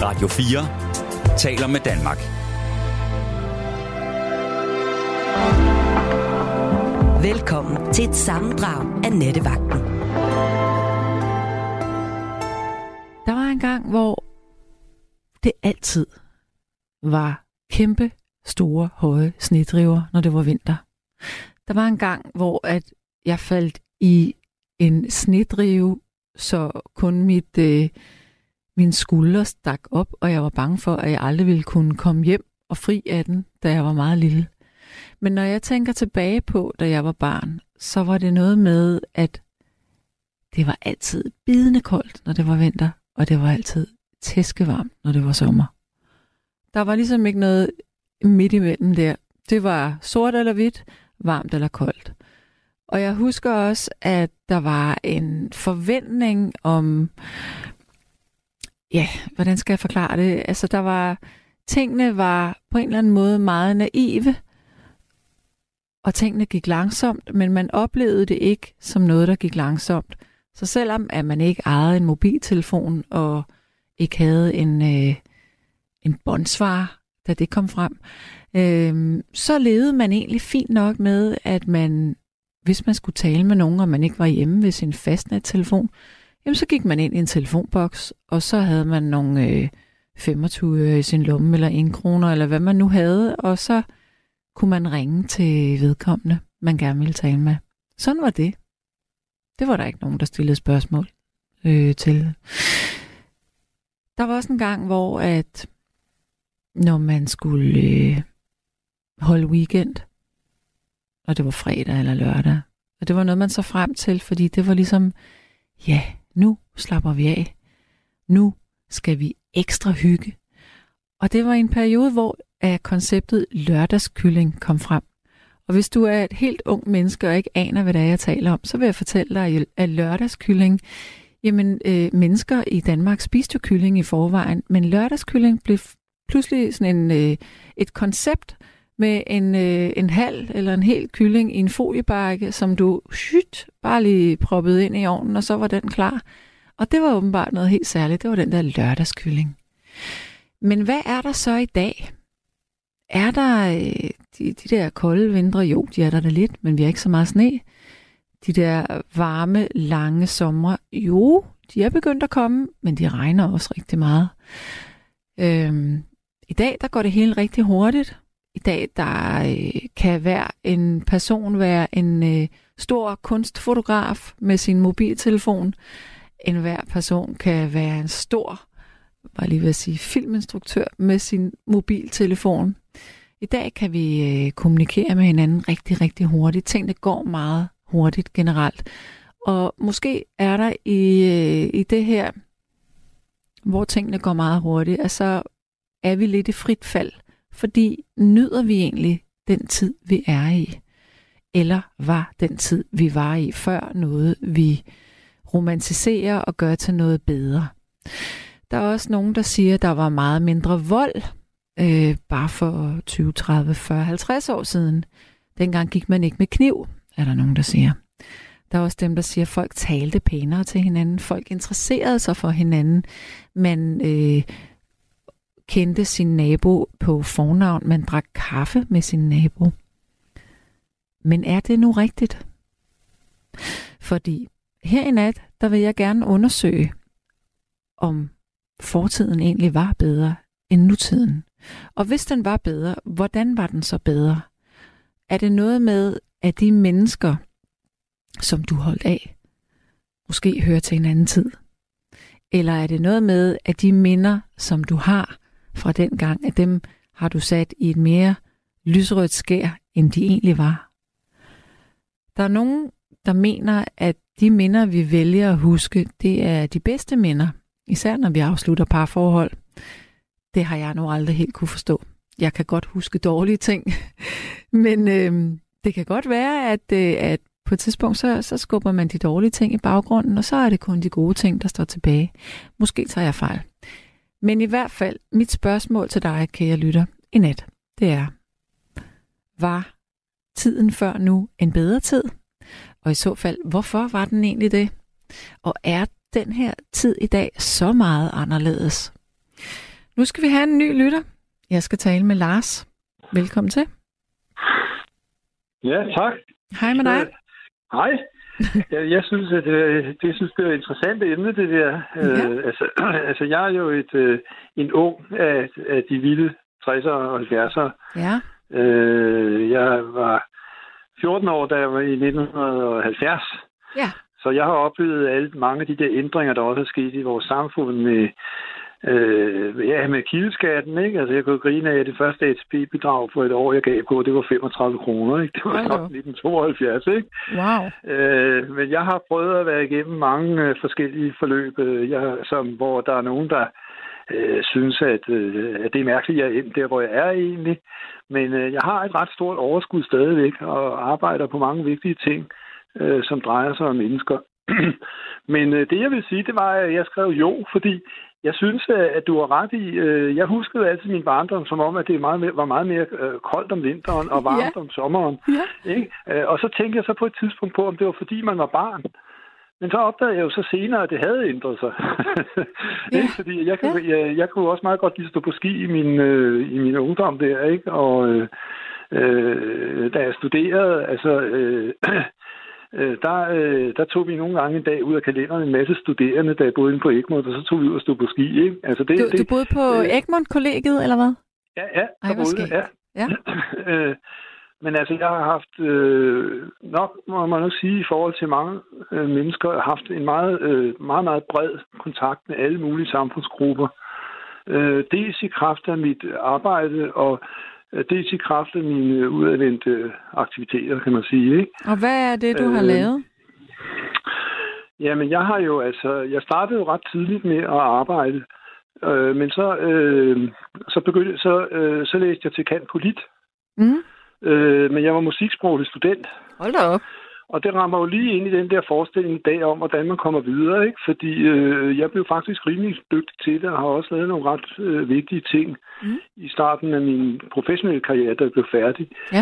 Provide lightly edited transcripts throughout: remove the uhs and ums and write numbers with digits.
Radio 4 taler med Danmark. Velkommen til et sammendrag af Nattevagten. Der var en gang, hvor det altid var kæmpe, store, høje snedriver, når det var vinter. Der var en gang, hvor at jeg faldt i en snedrive, så kun min skulder stak op, og jeg var bange for, at jeg aldrig ville kunne komme hjem og fri af den, da jeg var meget lille. Men når jeg tænker tilbage på, da jeg var barn, så var det noget med, at det var altid bidende koldt, når det var vinter, og det var altid tæskevarmt, når det var sommer. Der var ligesom ikke noget midt imellem der. Det var sort eller hvidt, varmt eller koldt. Og jeg husker også, at der var en forventning om, ja, hvordan skal jeg forklare det? Altså, tingene var på en eller anden måde meget naive, og tingene gik langsomt, men man oplevede det ikke som noget, der gik langsomt. Så selvom at man ikke ejede en mobiltelefon og ikke havde en båndsvarer, da det kom frem, så levede man egentlig fint nok med, at man, hvis man skulle tale med nogen, og man ikke var hjemme ved sin fastnettelefon, jamen så gik man ind i en telefonboks, og så havde man nogle 25 i sin lomme, eller 1 kroner, eller hvad man nu havde, og så kunne man ringe til vedkommende, man gerne ville tale med. Sådan var det. Det var der ikke nogen, der stillede spørgsmål til. Der var også en gang, hvor at når man skulle holde weekend, og det var fredag eller lørdag, og det var noget, man så frem til, fordi det var ligesom, ja, nu slapper vi af. Nu skal vi ekstra hygge. Og det var en periode, hvor konceptet lørdagskylling kom frem. Og hvis du er et helt ung menneske og ikke aner, hvad det er, jeg taler om, så vil jeg fortælle dig, at lørdagskylling, jamen mennesker i Danmark spiste jo kylling i forvejen, men lørdagskylling blev pludselig sådan et koncept med en halv eller en hel kylling i en foliebakke, som du bare lige proppede ind i ovnen, og så var den klar. Og det var åbenbart noget helt særligt. Det var den der lørdagskylling. Men hvad er der så i dag? Er der de der kolde vintre? Jo, de er der da lidt, men vi har ikke så meget sne. De der varme, lange somre, jo, de er begyndt at komme, men de regner også rigtig meget. I dag, der går det hele rigtig hurtigt. I dag, der kan hver en person være en stor kunstfotograf med sin mobiltelefon. Hver person kan være en stor, filminstruktør med sin mobiltelefon. I dag kan vi kommunikere med hinanden rigtig, rigtig hurtigt. Tingene går meget hurtigt generelt. Og måske er der i det her, hvor tingene går meget hurtigt, altså er vi lidt i frit fald. Fordi nyder vi egentlig den tid, vi er i? Eller var den tid, vi var i før, noget vi romantiserer og gør til noget bedre? Der er også nogen, der siger, at der var meget mindre vold bare for 20, 30, 40, 50 år siden. Dengang gik man ikke med kniv, er der nogen, der siger. Der er også dem, der siger, at folk talte pænere til hinanden. Folk interesserede sig for hinanden. Man kendte sin nabo på fornavn. Man drak kaffe med sin nabo. Men er det nu rigtigt? Fordi her i nat, der vil jeg gerne undersøge, om fortiden egentlig var bedre end nutiden. Og hvis den var bedre, hvordan var den så bedre? Er det noget med, at de mennesker, som du holdt af, måske hører til en anden tid? Eller er det noget med, at de minder, som du har fra den gang, at dem har du sat i et mere lysrødt skær, end de egentlig var? Der er nogen, der mener, at de minder, vi vælger at huske, det er de bedste minder. Især når vi afslutter parforhold. Det har jeg nu aldrig helt kunne forstå. Jeg kan godt huske dårlige ting, men det kan godt være, at på et tidspunkt, så skubber man de dårlige ting i baggrunden, og så er det kun de gode ting, der står tilbage. Måske tager jeg fejl. Men i hvert fald, mit spørgsmål til dig, kære lytter, i nat, det er, var tiden før nu en bedre tid? Og i så fald, hvorfor var den egentlig det? Og er den her tid i dag så meget anderledes? Nu skal vi have en ny lytter. Jeg skal tale med Lars. Velkommen til. Ja, tak. Hej med dig. Hej. Jeg synes, at det er et interessant emne, det der. Ja. Altså, jeg er jo en ung af de vilde 60'ere og 70'ere. Ja. Jeg var 14 år, da jeg var i 1970. Ja. Så jeg har oplevet mange af de der ændringer, der også er sket i vores samfund med kildeskatten, ikke? Altså, jeg kunne grine af, at det første ATP-bidrag for et år, jeg gav på, det var 35 kroner, ikke? Det var nok 1972, ikke? Wow. Men jeg har prøvet at være igennem mange forskellige forløb, hvor der er nogen, der synes, at det er mærkeligt, at jeg er endt der, hvor jeg er egentlig. Men jeg har et ret stort overskud stadigvæk, og arbejder på mange vigtige ting, som drejer sig om mennesker. Men det, jeg vil sige, det var, at jeg skrev jo, fordi jeg synes, at du har ret i. Jeg huskede altid min barndom som om, at det var meget mere koldt om vinteren og varmt om sommeren. Ja. Ikke? Og så tænkte jeg så på et tidspunkt på, om det var fordi, man var barn. Men så opdagede jeg jo så senere, at det havde ændret sig. Ja. Fordi jeg kunne også meget godt lide at stå på ski i min ungdom der, ikke? Og da jeg studerede, altså... Der tog vi nogle gange en dag ud af kalenderen en masse studerende, der boede inde på Egmont, og så tog vi ud og stod på ski, ikke? Altså du boede på Egmont-kollegiet, eller hvad? Ja, der boede jeg. Ja. Men altså, jeg har haft nok, må man nok sige, i forhold til mange mennesker, haft en meget bred kontakt med alle mulige samfundsgrupper. Dels i kraft af mit arbejde, og dels i kraft af mine udadvendte aktiviteter, kan man sige, ikke? Og hvad er det, du har lavet? Jamen, jeg startede jo ret tidligt med at arbejde, men så læste jeg til cand.polit. Men jeg var musiksproglig student. Hold da op. Og det rammer jo lige ind i den der forestilling i dag om, hvordan man kommer videre, ikke? Fordi jeg blev faktisk rimelig dygtig til det, og har også lavet nogle ret vigtige ting i starten af min professionelle karriere, da jeg blev færdig. Ja.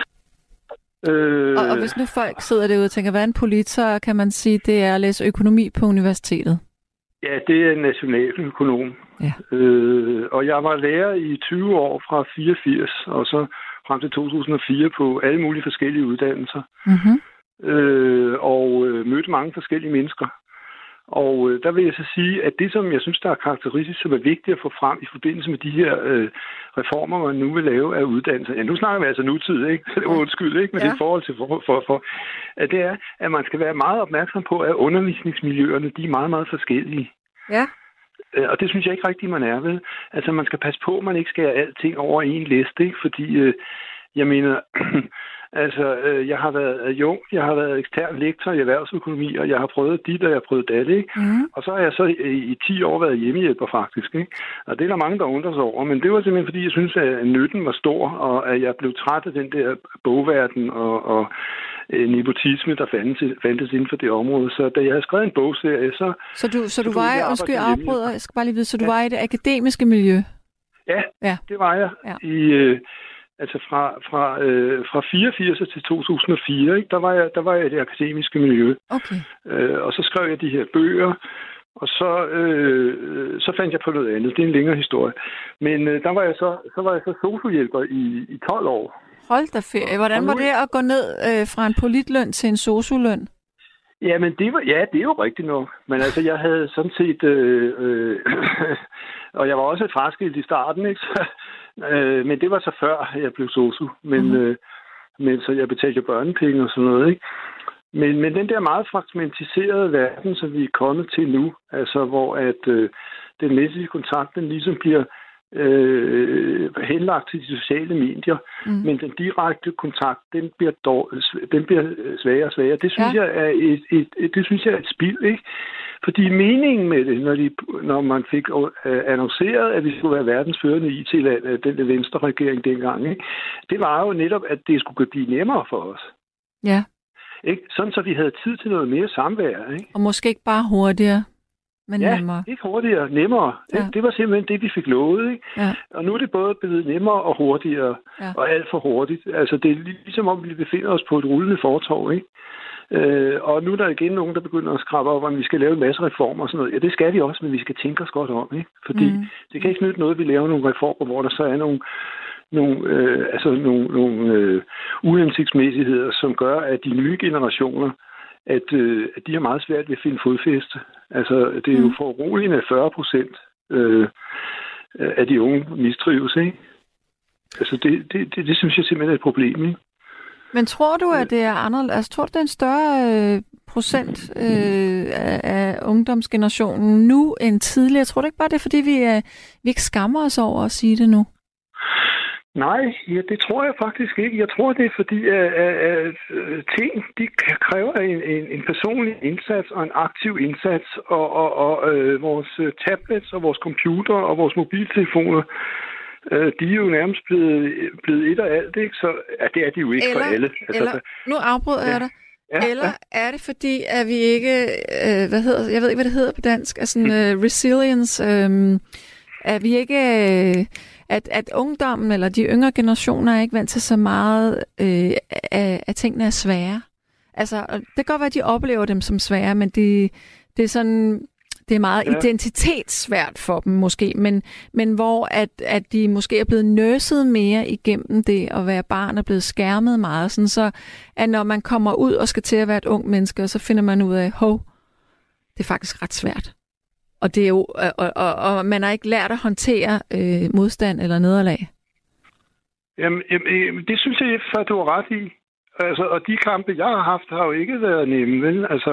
Og hvis nu folk sidder derude og tænker, hvad er en polit, så kan man sige, det er at læse økonomi på universitetet. Ja, det er en nationaløkonom. Ja. Og jeg var lærer i 20 år fra 84, og så frem til 2004 på alle mulige forskellige uddannelser. Mm-hmm. Og mødte mange forskellige mennesker. Og der vil jeg så sige, at det, som jeg synes, der er karakteristisk, som er vigtigt at få frem i forbindelse med de her reformer, man nu vil lave af uddannelser. Ja, nu snakker vi altså nutid, ikke? Så det var undskyld, ikke? Men det er forhold til at det er, at man skal være meget opmærksom på, at undervisningsmiljøerne, de er meget, meget forskellige. Ja. Og det synes jeg ikke rigtigt, man er ved. Altså, man skal passe på, at man ikke skærer alting over i en liste, ikke? Fordi, jeg mener... Altså, jeg har været adjunkt, jeg har været ekstern lektor i erhvervsøkonomi, og jeg har prøvet dit, og jeg har prøvet dat, ikke? Og så har jeg så i 10 år været hjemmehjælper, faktisk, ikke? Og det er der mange, der undrer sig over, men det var simpelthen, fordi jeg synes, at nytten var stor, og at jeg blev træt af den der bogverden og nepotisme, der fandtes inden for det område. Så da jeg havde skrevet en bogserie, Så du var, undskyld, afbryder, jeg skal bare lige vide, så du var i det akademiske miljø? Ja, det var jeg. Ja. Altså fra 84 til 2004, ikke? Der var jeg i det akademiske miljø. Okay. Og så skrev jeg de her bøger, og så fandt jeg på noget andet. Det er en længere historie. Men der var jeg så sosu-hjælper i 12 år. Hold da ferie. Hvordan var det at gå ned fra en politløn til en sosu-løn? Jamen, det er jo rigtigt nok. Men altså, jeg havde sådan set... og jeg var også et fraskilt i starten, ikke? Men det var så før, jeg blev sosu. Men så jeg betalte børnepenge og sådan noget, ikke? Men den der meget fragmentiserede verden, som vi er kommet til nu, altså hvor at den menneskelige kontakt, den ligesom bliver henlagt til de sociale medier, men den direkte kontakt, den bliver sværere og sværere. Det synes jeg er et spild, ikke? Fordi meningen med det, når man fik annonceret, at vi skulle være verdens førende IT-land, den venstre regering dengang, ikke? Det var jo netop, at det skulle blive nemmere for os. Ja. Ikke? Sådan, så vi havde tid til noget mere samvær, ikke? Og måske ikke bare hurtigere, men nemmere. Ikke hurtigere, nemmere. Ja. Det var simpelthen det, vi fik lovet, ikke? Ja. Og nu er det både blevet nemmere og hurtigere, og alt for hurtigt. Altså, det er ligesom om, vi befinder os på et rullende fortov, ikke? Og nu er der igen nogen, der begynder at skrabe op, om vi skal lave en masse reformer og sådan noget. Ja, det skal vi også, men vi skal tænke os godt om, ikke? Fordi det kan ikke nytte noget, at vi laver nogle reformer, hvor der så er nogle uhensigtsmæssigheder, som gør, at de nye generationer, at de har meget svært ved at finde fodfæste. Altså, det er jo foruroligende, at 40% af de unge mistrives, ikke? Altså, det synes jeg simpelthen er et problem, ikke? Men tror du, at det er anderledes? Altså, tror du, det er en større procent af ungdomsgenerationen nu end tidligere? Tror du ikke bare, det er, fordi vi ikke skammer os over at sige det nu? Nej, ja, det tror jeg faktisk ikke. Jeg tror, det er fordi, at ting de kræver en personlig indsats og en aktiv indsats, og vores tablets og vores computer og vores mobiltelefoner, de er jo nærmest blevet et og alt, ikke? Så det er de jo ikke for alle. Altså, nu afbryder jeg dig. Ja, eller er det fordi, at vi ikke, jeg ved ikke, hvad det hedder på dansk, altså resilience, at vi ikke, at ungdommen eller de yngre generationer er ikke vant til så meget, at tingene er svære. Altså, det kan godt være, at de oplever dem som svære, men det er sådan, det er meget identitetssvært for dem måske, men hvor at de måske er blevet nurset mere igennem det at være barn og blevet skærmet meget, sådan så at når man kommer ud og skal til at være et ung menneske, så finder man ud af, det er faktisk ret svært. Og det er jo, og man har ikke lært at håndtere modstand eller nederlag. Jamen, det synes jeg, at du har ret i. Altså, og de kampe, jeg har haft, har jo ikke været nemme, vel? Altså,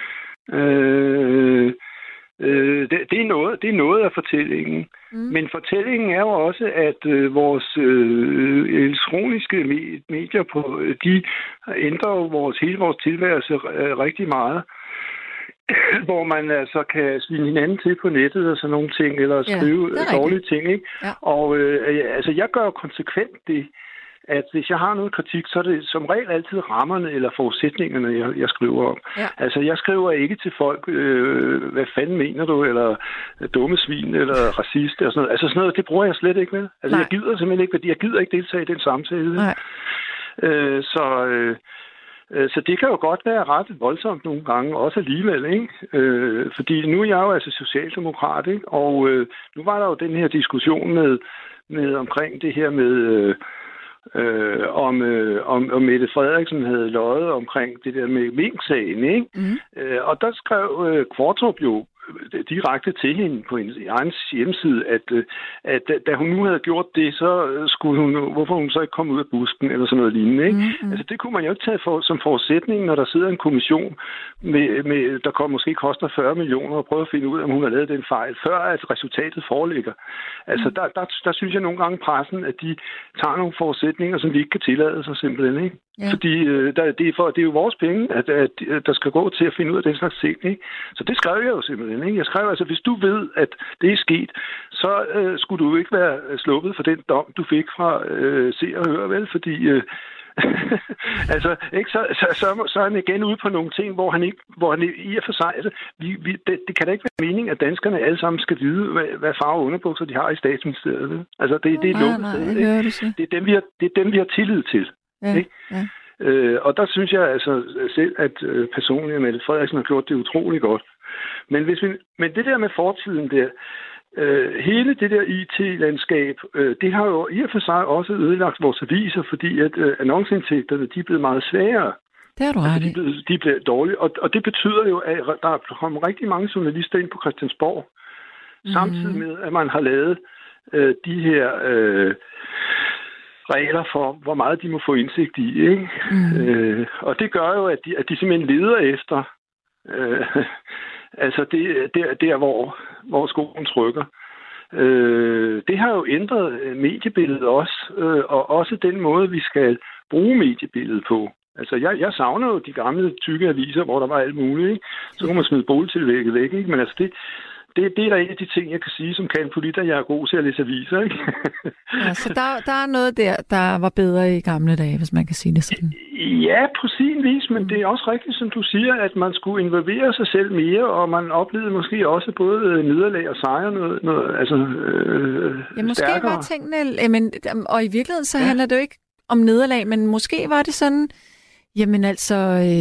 det er noget af fortællingen. Men fortællingen er jo også, at vores elektroniske medier de ændrer jo hele vores tilværelse rigtig meget. Hvor man altså kan svine hinanden til på nettet og sådan nogle ting, eller skrive dårlige ting, ikke? Ja. Og altså, jeg gør jo konsekvent det, at hvis jeg har noget kritik, så er det som regel altid rammerne eller forudsætningerne, jeg skriver om. Ja. Altså, jeg skriver ikke til folk, hvad fanden mener du, eller dumme svin, eller racist, og sådan noget. Altså, sådan noget, det bruger jeg slet ikke med. Altså, jeg gider simpelthen ikke, fordi jeg gider ikke deltage i den samtale. Nej. Så det kan jo godt være ret voldsomt nogle gange, også alligevel, ikke? Fordi nu er jeg jo altså socialdemokrat, ikke? Og nu var der jo den her diskussion med omkring det her med, om Mette Frederiksen havde løjet omkring det der med Mink-sagen, ikke? Og der skrev Qvortrup jo direkte til hende på hendes egen hjemmeside, at da hun nu havde gjort det, så skulle hvorfor hun så ikke komme ud af busken, eller sådan noget lignende, ikke? Altså, det kunne man jo ikke tage som forudsætning, når der sidder en kommission, der måske koster 40 millioner, og prøve at finde ud af, om hun har lavet den fejl, før at resultatet foreligger. Altså, der synes jeg nogle gange pressen, at de tager nogle forudsætninger, som de ikke kan tillade sig simpelthen, ikke? Ja. Fordi det er jo vores penge, at der skal gå til at finde ud af den slags ting, ikke? Så det skrev jeg jo simpelthen, ikke? Jeg skrev altså, hvis du ved, at det er sket, så skulle du ikke være sluppet for den dom, du fik fra Se og Hør, vel? Fordi altså, ikke? Så er han igen ude på nogle ting, hvor han i og for sig, altså, det kan da ikke være meningen, at danskerne alle sammen skal vide, hvad farve underbukser de har i Statsministeriet, vel? Altså, det er lukket. Det er dem, vi har tillid til. Ja, ikke? Ja. Og der synes jeg altså selv, at personligt, at Mette Frederiksen har gjort det utroligt godt. Men det der med fortiden der, hele det der IT-landskab, det har jo i og for sig også ødelagt vores aviser, fordi at annonceindtægterne, de er blevet meget svagere. Det har du ret i. De er blevet dårlige, og det betyder jo, at der er kommet rigtig mange journalister ind på Christiansborg, samtidig med, at man har lavet de her regler for, hvor meget de må få indsigt i, ikke? Og det gør jo, at de simpelthen leder efter altså der hvor skoen trykker. Det har jo ændret mediebilledet også, og også den måde, vi skal bruge mediebilledet på. Altså, jeg savner jo de gamle tykke aviser, hvor der var alt muligt, ikke? Så kunne man smide boligtillægget væk, ikke? Men altså, det er der en af de ting, jeg kan sige, som kan politik, jeg er god til at læse aviser, ikke? Ja, så der er noget der var bedre i gamle dage, hvis man kan sige det sådan. Ja, på sin vis, men det er også rigtigt, som du siger, at man skulle involvere sig selv mere, og man oplevede måske også både nederlag og sejre noget altså måske stærkere. Var tingene, og i virkeligheden så handler det jo ikke om nederlag, men måske var det sådan, Jamen altså,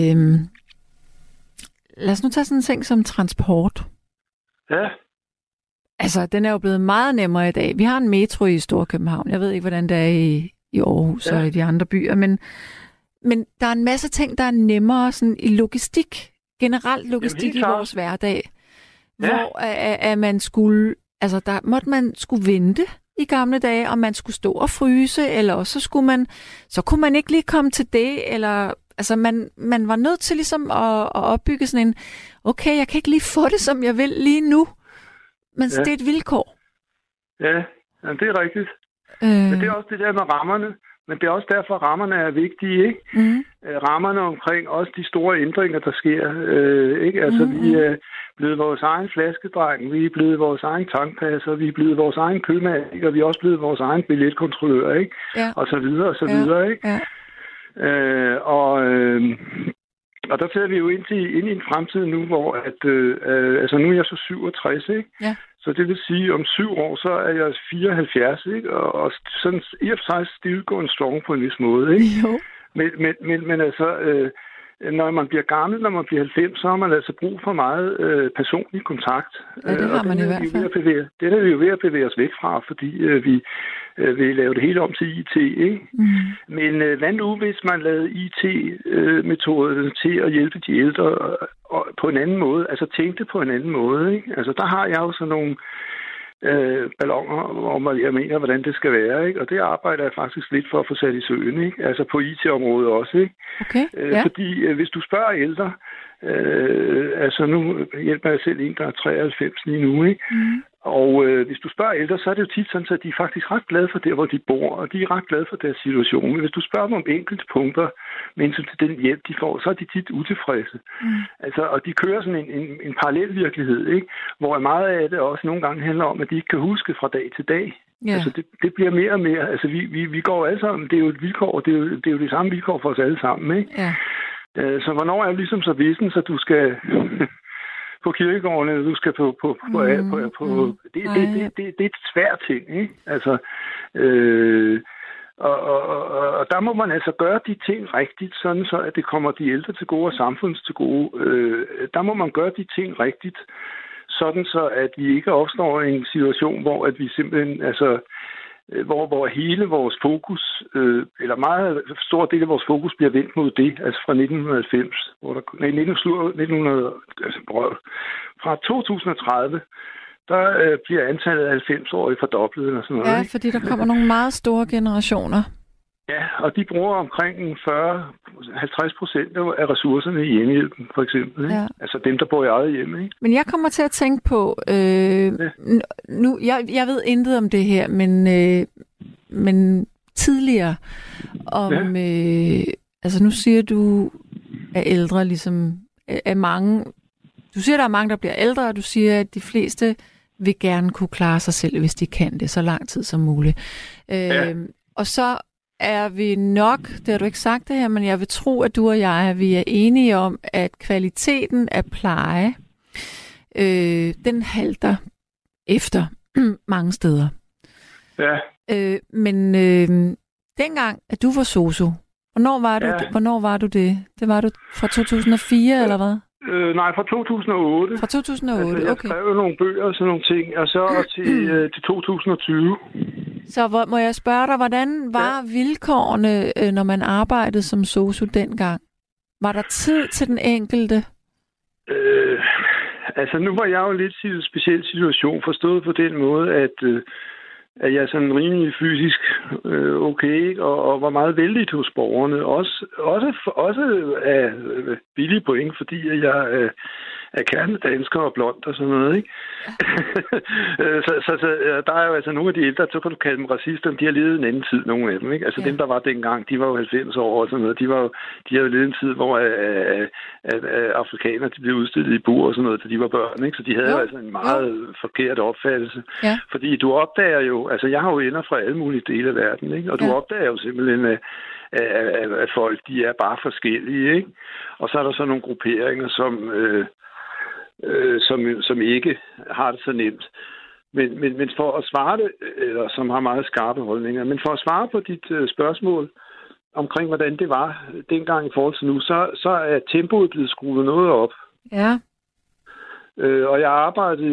lad os nu tage sådan en ting som transport. Ja. Altså, den er jo blevet meget nemmere i dag. Vi har en metro i Storkøbenhavn. Jeg ved ikke, hvordan det er i Aarhus og i de andre byer, men der er en masse ting, der er nemmere sådan i logistik. Generelt logistik i vores hverdag. Ja. Hvor at man skulle... Altså, der måtte man skulle vente i gamle dage, om man skulle stå og fryse, eller også så kunne man ikke lige komme til det, eller... Altså, man var nødt til ligesom at opbygge sådan en... Okay, jeg kan ikke lige få det, som jeg vil lige nu. Men det er et vilkår. Ja, det er rigtigt. Men det er også det der med rammerne. Men det er også derfor, at rammerne er vigtige, ikke? Rammerne omkring også de store ændringer, der sker. Ikke? Altså, vi er blevet vores egen flaskedreng, vi er blevet vores egen tankpasser, vi er blevet vores egen købmand, og vi er også blevet vores egen billetkontrollør, ikke? Ja. Og så videre, og så videre, ikke? Ja. Og der ser vi jo ind i en fremtid nu, hvor altså nu er jeg så 67, ikke? Ja. Så det vil sige, om 7 år, så er jeg 74, ikke? Og sådan i og for sig still going strong på en vis måde, ikke? Jo. Men altså, når man bliver gammel, når man bliver 90, så har man altså brug for meget personlig kontakt. Ja, det har man i hvert fald. Det er vi jo ved at bevæge os væk fra, fordi vi vil lave det hele om til IT, ikke? Men hvad nu, hvis man lavede IT-metoderne til at hjælpe de ældre på en anden måde, altså tænkte på en anden måde, ikke? Altså, der har jeg jo sådan nogle balloner om, jeg mener, hvordan det skal være, ikke? Og det arbejder jeg faktisk lidt for at få sat i søen, ikke? Altså på IT-området også, ikke? Okay, ja. Fordi hvis du spørger ældre, altså nu hjælper jeg selv en, der er 93 lige nu, ikke? Og hvis du spørger ældre, så er det jo tit sådan, at de er faktisk ret glade for der, hvor de bor, og de er ret glade for deres situation. Men hvis du spørger dem om enkelte punkter, men til den hjælp, de får, så er de tit utilfredse. Altså, og de kører sådan en parallel virkelighed, ikke? Hvor meget af det også nogle gange handler om, at de ikke kan huske fra dag til dag. Yeah. Altså, det bliver mere og mere. Altså, vi går alle sammen, det er jo et vilkår, det er jo det samme vilkår for os alle sammen, ikke? Yeah. Så hvornår er det ligesom så vissen, så du skal... på kirkegården, eller du skal på det er et svært ting, ikke? Altså, og der må man altså gøre de ting rigtigt, sådan så at det kommer de ældre til gode og samfundet til gode. Der må man gøre de ting rigtigt, sådan så at vi ikke opstår i en situation, hvor at vi simpelthen, altså, hvor hele vores fokus, eller meget stor del af vores fokus bliver vendt mod det, altså fra 1990, fra 2030, der bliver antallet af 90-årige fordoblet eller sådan noget. Ja, fordi der kommer nogle meget store generationer. Ja, og de bruger omkring 40-50% af ressourcerne i hjemmehjælpen, for eksempel. Ikke? Ja. Altså dem, der bor i eget hjem. Ikke? Men jeg kommer til at tænke på, nu, jeg ved intet om det her, men tidligere om, altså nu siger du, at ældre ligesom er mange, du siger, der er mange, der bliver ældre, og du siger, at de fleste vil gerne kunne klare sig selv, hvis de kan det, så lang tid som muligt. Og så er vi nok, det har du ikke sagt det her, men jeg vil tro, at du og jeg, vi er enige om, at kvaliteten af pleje, den halter efter mange steder. Ja. Men dengang, at du var sosu, hvornår var du det? Det var du fra 2004, eller hvad? Nej, fra 2008. Fra 2008, altså, jeg skrev nogle bøger og sådan nogle ting, og så til 2020. Så må jeg spørge dig, hvordan var vilkårene, når man arbejdede som sosu dengang? Var der tid til den enkelte? Altså, nu var jeg jo lidt i en speciel situation, forstået på den måde, at jeg er sådan rimelig fysisk okay, og var meget vældig hos borgerne. Også af billige point, fordi jeg er kernedansker og blond og sådan noget, ikke? så der er jo altså nogle af de ældre, så kan du kalde dem racister, de har levet en anden tid, nogle af dem, ikke? Altså dem, der var dengang, de var jo 90 år og sådan noget, de har jo levet en tid, hvor afrikanere, de blev udstillet i bur og sådan noget, da de var børn, ikke? Så de havde jo altså en meget forkert opfattelse. Ja. Fordi du opdager jo, altså jeg har jo venner fra alle mulige dele af verden, ikke? Og du opdager jo simpelthen, at folk, de er bare forskellige, ikke? Og så er der så nogle grupperinger, som ikke har det så nemt. Men for at svare det, eller som har meget skarpe holdninger, men for at svare på dit spørgsmål omkring, hvordan det var dengang i forhold til nu, så er tempoet blevet skruet noget op. Ja. Og jeg arbejdede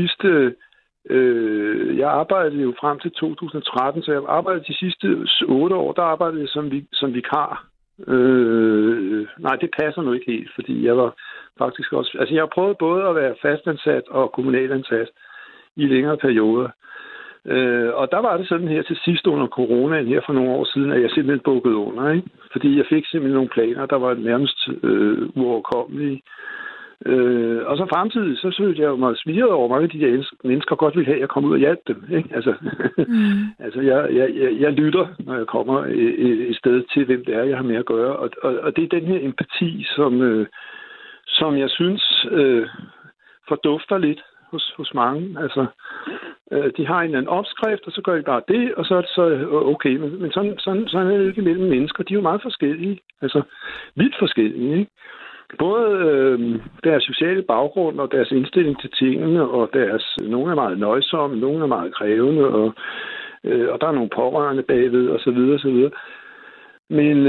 jo frem til 2013, så jeg arbejdede de sidste 8 år, der arbejdede jeg som vikar. Nej, det passer nu ikke helt, fordi jeg var faktisk også... Altså, jeg har prøvet både at være fastansat og kommunalansat i længere perioder. Og der var det sådan her til sidst under coronaen her for nogle år siden, at jeg simpelthen bukkede under, ikke? Fordi jeg fik simpelthen nogle planer, der var nærmest uoverkommelige. Og så fremtidig, så synes jeg jo mig svirret over, mange af de der mennesker godt vil have, at jeg kommer ud og hjælpe dem. Ikke? Altså jeg lytter, når jeg kommer et sted til, hvem det er, jeg har med at gøre. Og det er den her empati, som jeg synes fordufter lidt hos mange. Altså, de har en eller anden opskrift, og så gør de bare det, og så er det så okay. Men sådan er det ikke mellem mennesker. De er jo meget forskellige. Altså, vidt forskellige, ikke? Både deres sociale baggrund og deres indstilling til tingene, og nogle er meget nøjsomme, nogle er meget krævende, og der er nogle pårørende bagved, og så videre, så videre. Men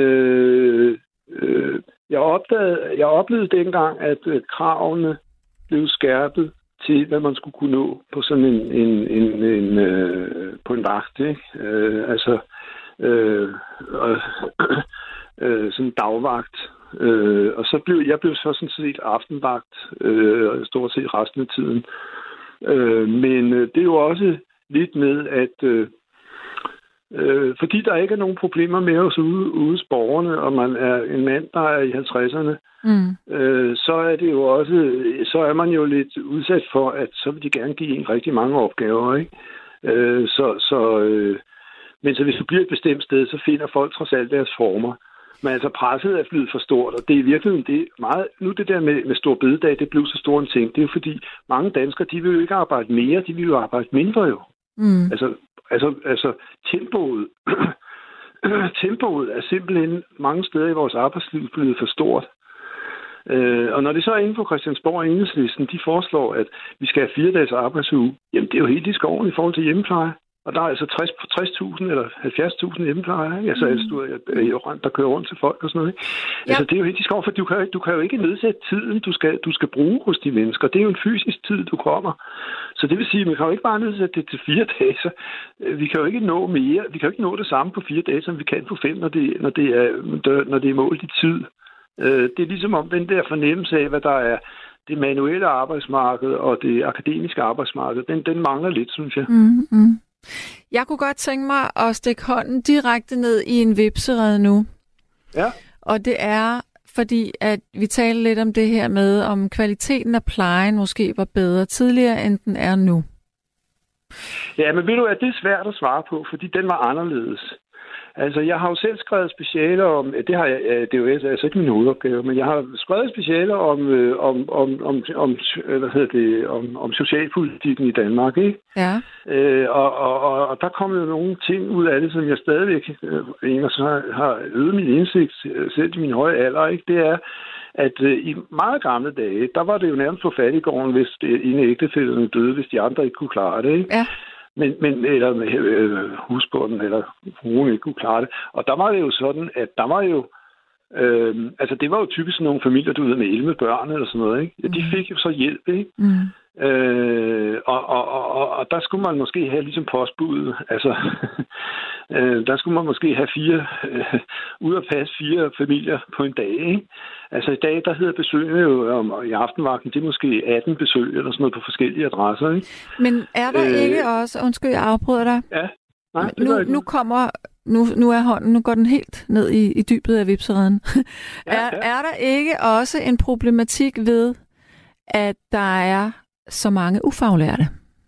jeg oplevede dengang, at kravene blev skærpet til, hvad man skulle kunne nå på sådan på en vagt, ikke? Sådan en dagvagt. Og så blev så sådan set aftenvagt stort set resten af tiden. Men det er jo også lidt med, at fordi der ikke er nogen problemer med os ude hos borgerne, og man er en mand, der er i 50'erne, så er det jo også, så er man jo lidt udsat for, at så vil de gerne give en rigtig mange opgaver, ikke? Men så hvis du bliver et bestemt sted, så finder folk trods alt deres former. Men altså presset er blevet for stort, og det er i virkeligheden det meget... Nu det der med stor bededag, det blev så stor en ting. Det er jo fordi, mange danskere, de vil jo ikke arbejde mere, de vil jo arbejde mindre jo. Altså tempoet er simpelthen mange steder i vores arbejdsliv blevet for stort. Og når det så er inde på Christiansborg og Enhedslisten, de foreslår, at vi skal have 4 dages arbejdsuge, jamen det er jo helt i skoven i forhold til hjemmepleje. Og der er altså 60.000 eller 70.000 hjemmeplejere, ikke? Altså der kører rundt til folk og sådan noget, ikke? Ja. Altså det er jo helt i skov, for du kan jo ikke nedsætte tiden, du skal bruge hos de mennesker. Det er jo en fysisk tid, du kommer. Så det vil sige, at man kan jo ikke bare nedsætte det til 4 dage. Så vi kan jo ikke nå mere. Vi kan jo ikke nå det samme på 4 dage, som vi kan på 5, når det er målt i tid. Det er ligesom om den der fornemmelse af, hvad der er det manuelle arbejdsmarked og det akademiske arbejdsmarked, den mangler lidt, synes jeg. Mm-hmm. Jeg kunne godt tænke mig at stikke hånden direkte ned i en vipserede nu. Ja. Og det er, fordi at vi taler lidt om det her med, om kvaliteten af plejen måske var bedre tidligere, end den er nu. Ja, men ved du, at det er svært at svare på, fordi den var anderledes. Altså, jeg har jo selv skrevet specialer om, det er jo altså ikke min hovedopgave, men jeg har skrevet specialer om socialpolitikken i Danmark, ikke? Ja. Og der kom jo nogle ting ud af det, som jeg stadigvæk har øget min indsigt, selv i min høje alder, ikke? Det er, at i meget gamle dage, der var det jo nærmest på fattiggården, hvis en af ægtefællerne døde, hvis de andre ikke kunne klare det, ikke? Ja. Eller husbunden, eller fruen ikke kunne klare det. Og der var det jo sådan, at der var jo... altså, det var jo typisk nogle familier, du ved, med 11 børn eller sådan noget, ikke? Ja, de fik jo så hjælp, ikke? Og der skulle man måske have ligesom postbuddet. Altså, der skulle man måske have 4... ud at passe 4 familier på en dag, ikke? Altså, i dag, der hedder besøgene jo i aftenvagten, det er måske 18 besøg eller sådan noget på forskellige adresser, ikke? Men er der ikke også... Undskyld, jeg afbryder dig. Ja. Nej, nu er hånden, nu går den helt ned i dybet af vipsereden. Er der ikke også en problematik ved, at der er så mange ufaglærte?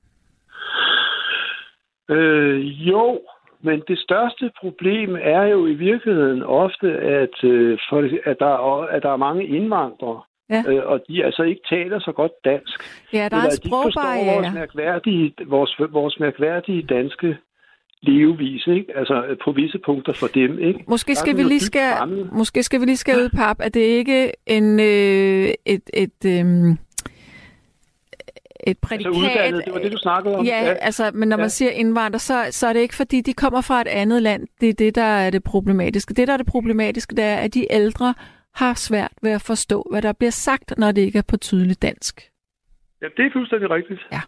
Jo, men det største problem er jo i virkeligheden ofte, at der er mange indvandrere, og de altså ikke taler så godt dansk. Ja, der er en sprogbarriere. Vores mærkværdige danske levevis, ikke? Altså på visse punkter for dem, ikke? Måske skal vi lige skære ud, pap, at det ikke et prædikat. Altså uddannet, det var det, du snakkede om? Ja, altså, men når man siger indvandrer, så er det ikke, fordi de kommer fra et andet land. Det er det, der er det problematiske. Det, der er det problematiske, det er, at de ældre har svært ved at forstå, hvad der bliver sagt, når det ikke er på tydeligt dansk. Ja, det er fuldstændig rigtigt. Ja.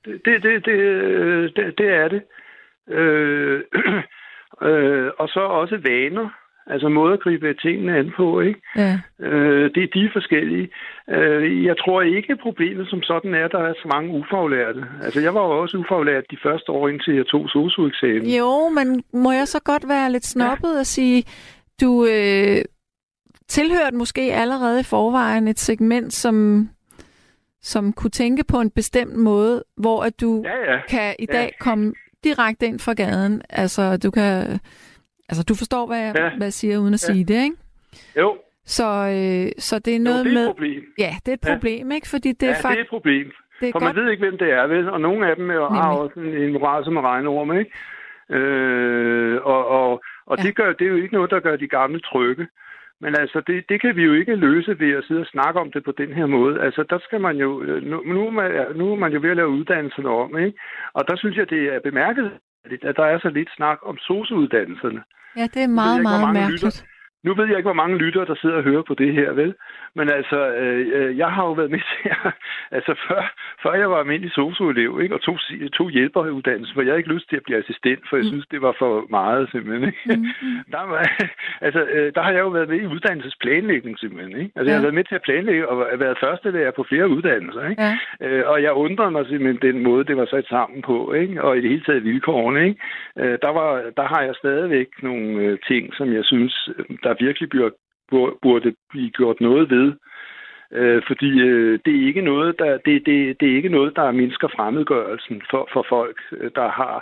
Det er det. Og så også vaner. Altså måde at gribe tingene an på, ikke? Ja. De er forskellige. Jeg tror ikke, problemet som sådan er, at der er så mange ufaglærte. Altså, jeg var jo også ufaglært de første år, indtil jeg tog sosu-eksamen. Jo, men må jeg så godt være lidt snobbet og sige, du tilhørte måske allerede i forvejen et segment, som kunne tænke på en bestemt måde, hvor at du kan i dag komme direkte ind fra gaden. Altså, du kan... Altså, du forstår, hvad jeg siger, uden at sige det, ikke? Jo. Så det er noget med... det er et problem. Ja, det er et problem, ikke? Fordi det er det er et problem. Det er for godt. Man ved ikke, hvem det er, vel? Og nogle af dem har også en moral, som er regnorm, ikke? Det er jo ikke noget, der gør de gamle trygge. Men altså, det kan vi jo ikke løse ved at sidde og snakke om det på den her måde. Altså, der skal man jo... Nu er man jo ved at lave uddannelserne om, ikke? Og der synes jeg, det er bemærket, at der er så lidt snak om sosu-uddannelserne. Ja, det er meget, meget mærkeligt. Nu ved jeg ikke, hvor mange lyttere, der sidder og hører på det her, vel? Men altså, jeg har jo været med til altså før jeg var almindelig sosu-elev, ikke? Og tog hjælperuddannelse, for jeg havde ikke lyst til at blive assistent, for jeg synes, det var for meget, simpelthen, ikke? Der har jeg jo været med i uddannelsesplanlægning, simpelthen, ikke? Altså, jeg har været med til at planlægge og været førstelærer på flere uddannelser, ikke? Ja. Og jeg undrede mig simpelthen den måde, det var sat sammen på, ikke? Og i det hele taget vilkårene, ikke? Der har jeg stadigvæk nogle ting, som jeg synes, der virkelig burde blive gjort noget ved. Fordi det er ikke noget, det er ikke noget, der mindsker fremmedgørelsen for folk, der har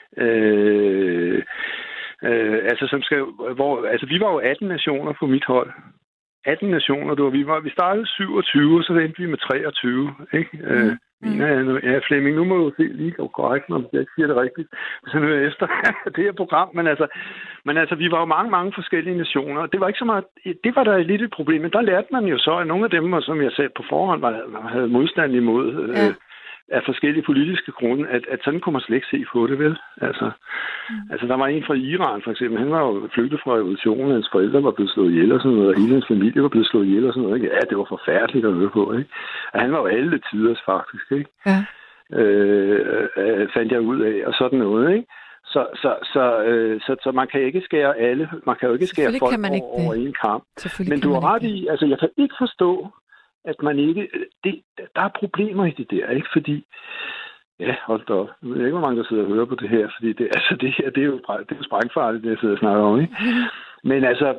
vi var jo 18 nationer på mit hold. 18 nationer, vi startede 27, og så endte vi med 23, ikke? Flemming, nu må du se lige korrekt, når jeg ikke siger det rigtigt, så nu er efter det her program, men altså, vi var jo mange forskellige nationer, og det var ikke så meget, det var der et lille problem, men der lærte man jo så, at nogle af dem, som jeg sagde på forhånd, havde modstand imod af forskellige politiske grunde, at sådan kunne man slet ikke se på det, vel? Altså, der var en fra Iran, for eksempel. Han var jo flygtet fra revolutionen, hans forældre var blevet slået ihjel og sådan noget, og hele hans familie var blevet slået ihjel og sådan noget, ikke? Ja, det var forfærdeligt at høre på, ikke? Og han var jo alle tiders, faktisk, ikke? Ja. Fandt jeg ud af, og sådan noget, ikke? Så man kan ikke skære alle, man kan jo ikke skære folk over en kamp. Men du har ret i, altså jeg kan ikke forstå, at man ikke... der er problemer i det der, ikke? Fordi... Ja, hold da op. Jeg ved ikke, hvor mange der sidder og hører på det her, fordi det her, det er jo sprængfarligt, det jeg sidder og snakker om, ikke? Men altså...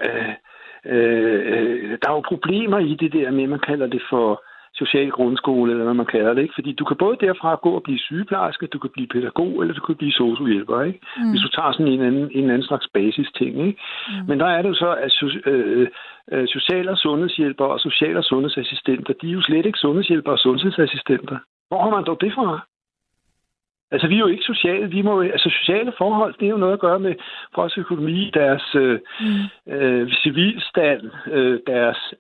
der er jo problemer i det der med, man kalder det for social grundskole, eller hvad man kalder det, ikke? Fordi du kan både derfra gå og blive sygeplejerske, du kan blive pædagog, eller du kan blive sosu-hjælper, ikke? Hvis du tager sådan en anden slags basis-ting, ikke? Men der er det jo så, at social- og sundhedshjælper og social- og sundhedsassistenter, de er jo slet ikke sundhedshjælper og sundhedsassistenter. Hvor har man dog det fra? Altså, vi er jo ikke sociale. Sociale forhold, det er jo noget at gøre med vores økonomi, deres civilstand, deres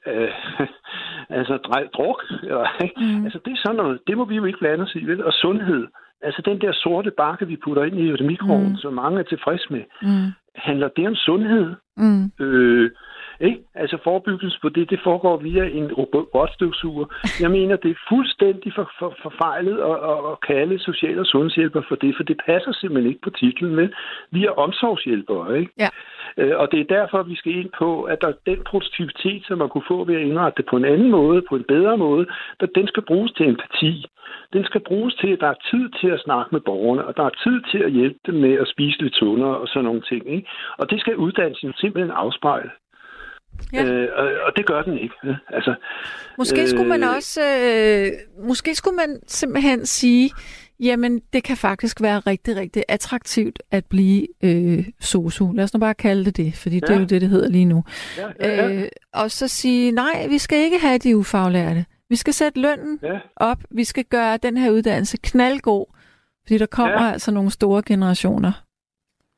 druk. Altså, det er sådan noget. Det må vi jo ikke blande os i, vel? Og sundhed. Altså, den der sorte bakke, vi putter ind i mikroovnen, som mange er tilfreds med, handler det om sundhed? Ikke? Altså forebyggelse på det foregår via en robotstøvsuger. Jeg mener, det er fuldstændig forfejlet at kalde social- og sundhedshjælper for det passer simpelthen ikke på titlen, men vi er omsorgshjælpere, ikke? Ja. Og det er derfor, vi skal ind på, at der den produktivitet, som man kunne få ved at indrette det på en anden måde, på en bedre måde, den skal bruges til empati. Den skal bruges til, at der er tid til at snakke med borgerne, og der er tid til at hjælpe dem med at spise lidt sundere og sådan nogle ting, ikke? Og det skal uddannelsen simpelthen afspejle. Ja. Og det gør den ikke. Altså, måske skulle man også, måske skulle man simpelthen sige, jamen det kan faktisk være rigtig, rigtig attraktivt at blive sosu. Lad os nu bare kalde det, fordi det er jo det hedder lige nu. Ja. Og så sige, nej, vi skal ikke have de ufaglærte. Vi skal sætte lønnen op. Vi skal gøre den her uddannelse knaldgod, fordi der kommer altså nogle store generationer. Ja.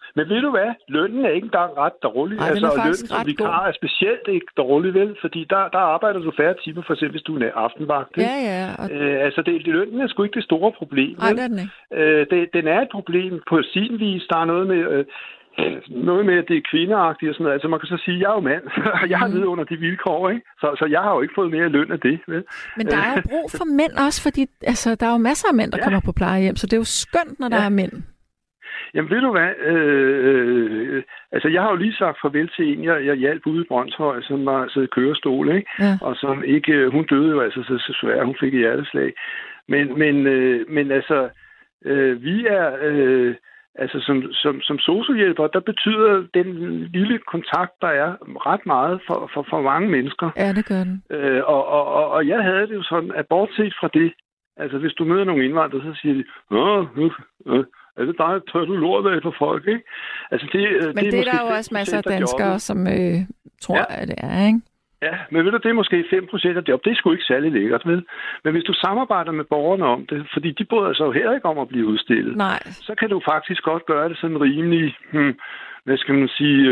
Men ved du hvad? Lønnen er ikke engang ret dårlig. Ej, altså, lønnen som vikar er specielt ikke dårlig, vel? Fordi der arbejder du færre timer, for eksempel hvis du er aftenvagt. Ja. Lønnen er sgu ikke det store problem. Nej, det er den ikke. Den er et problem på sin vis. Der er noget med, at det er kvindeagtigt og sådan noget. Altså man kan så sige, at jeg er jo mand, og jeg har levet under de vilkår, ikke? Så jeg har jo ikke fået mere løn af det. Vel? Men der er jo brug for mænd også, fordi der er jo masser af mænd, der kommer på plejehjem, så det er jo skønt, når der er mænd. Jamen ved du hvad, jeg har jo lige sagt farvel til en, jeg hjalp ude i Brøndshøj, som var siddet i kørestol, ikke? Ja. Og som ikke, hun døde jo altså så svært, hun fik et hjerteslag. Men altså, vi er, som sociohjælper, der betyder den lille kontakt, der er ret meget for mange mennesker. Ja, det gør den. Og jeg havde det jo sådan, at bortset fra det, altså hvis du møder nogle indvandrere, så siger de, er det dig, tør du lort af for folk, ikke? Altså, men det er der jo også masser af danskere, som tror, at det er, ikke? Ja, men ved du, det er måske 5% af job. Det er sgu ikke særlig lækkert, vel? Men hvis du samarbejder med borgerne om det, fordi de bryder sig jo heller ikke om at blive udstillet, så kan du faktisk godt gøre det sådan rimelig, hvad skal man sige...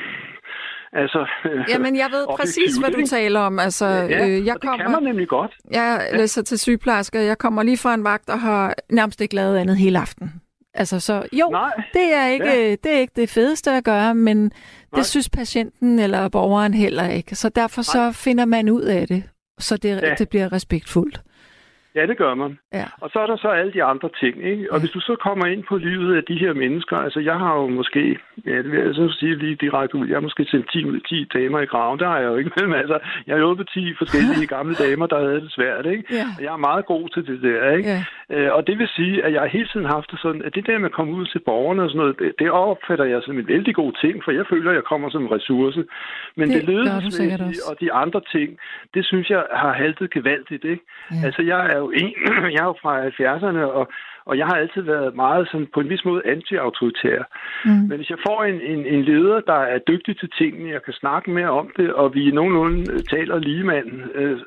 Jamen, jeg ved præcis, hvad du taler om. Altså, det kan man nemlig godt. Jeg læser til sygeplejersker. Jeg kommer lige fra en vagt og har nærmest ikke lavet andet hele aften. Altså, så jo, det er ikke det fedeste at gøre, men det synes patienten eller borgeren heller ikke. Så derfor så finder man ud af det, så det bliver respektfuldt. Ja, det gør man. Ja. Og så er der så alle de andre ting, ikke? Og hvis du så kommer ind på livet af de her mennesker, altså jeg har jo måske, det vil jeg så sige lige direkte ud, jeg har måske sendt 10 damer i graven, der har jeg jo ikke, men altså, jeg har hjulpet 10 forskellige gamle damer, der havde det svært, ikke? Ja. Og jeg er meget god til det der, ikke? Ja. Og det vil sige, at jeg hele tiden har haft det sådan, at det der med at komme ud til borgerne og sådan noget, det opfatter jeg som en vældig god ting, for jeg føler, at jeg kommer som en ressource. Men det ledelsesmæssige og de andre ting, det synes jeg har haltet gevaldigt, ikke? Ja. Altså jeg er jo fra 70'erne, og jeg har altid været meget sådan, på en vis måde anti-autoritær. Men hvis jeg får en leder, der er dygtig til tingene, jeg kan snakke mere om det, og vi nogenlunde taler ligemanden,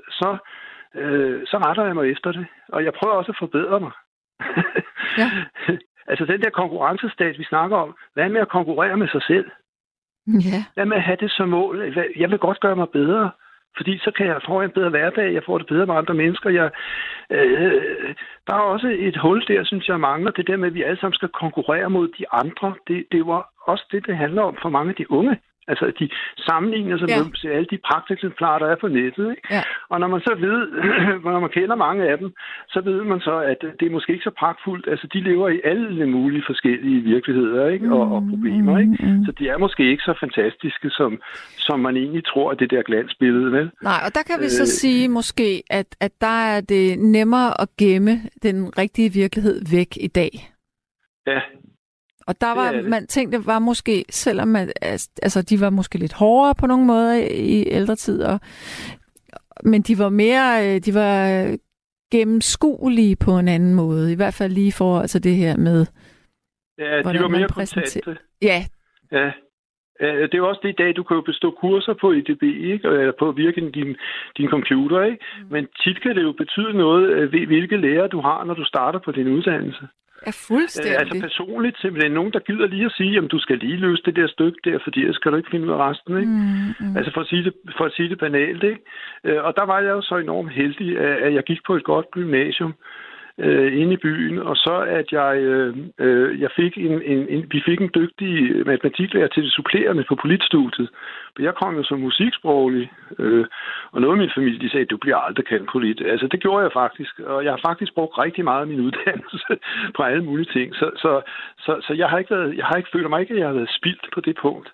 så retter jeg mig efter det. Og jeg prøver også at forbedre mig. Ja. Altså den der konkurrencestat, vi snakker om, hvad med at konkurrere med sig selv? Ja. Hvad med at have det som mål? Jeg vil godt gøre mig bedre. Fordi så kan jeg få en bedre hverdag, jeg får det bedre med andre mennesker. Der er også et hul der, synes jeg mangler. Det der med, at vi alle sammen skal konkurrere mod de andre. Det var også det handler om for mange af de unge. Altså, de sammenligner sig med alle de pragteksemplar, der er på nettet. Ikke? Ja. Og når man så ved, når man kender mange af dem, så ved man så, at det er måske ikke så pragtfuldt. Altså, de lever i alle mulige forskellige virkeligheder, ikke? Og problemer, ikke? Så de er måske ikke så fantastiske, som man egentlig tror, at det der glansbillede, vel? Nej, og der kan vi så sige måske, at der er det nemmere at gemme den rigtige virkelighed væk i dag. Ja. Og der var, man tænkte, var måske, selvom de var måske lidt hårdere på nogle måder i ældre tid, men de var mere, de var gennemskuelige på en anden måde, i hvert fald lige for altså det her med, de var mere kontante. Ja. Det er jo også det i dag, du kan jo bestå kurser på EDB, ikke? Eller på at virke din computer, ikke? Men tit kan det jo betyde noget, hvilke lærer du har, når du starter på din uddannelse. Ja, fuldstændig. Altså personligt simpelthen nogen, der gider lige at sige, at du skal lige løse det der stykke der, fordi ellers skal du ikke finde ud af resten, ikke? Altså for at sige det banalt, ikke? Og der var jeg jo så enormt heldig, at jeg gik på et godt gymnasium inde i byen, og så at jeg fik vi fik en dygtig matematiklærer til det supplerende på politstudiet. Jeg kom jo som musiksproglig, og noget af min familie, de sagde, du bliver aldrig kendt polit. Altså det gjorde jeg faktisk, og jeg har faktisk brugt rigtig meget af min uddannelse på alle mulige ting. Så jeg har ikke følt mig ikke, at jeg har været spildt på det punkt.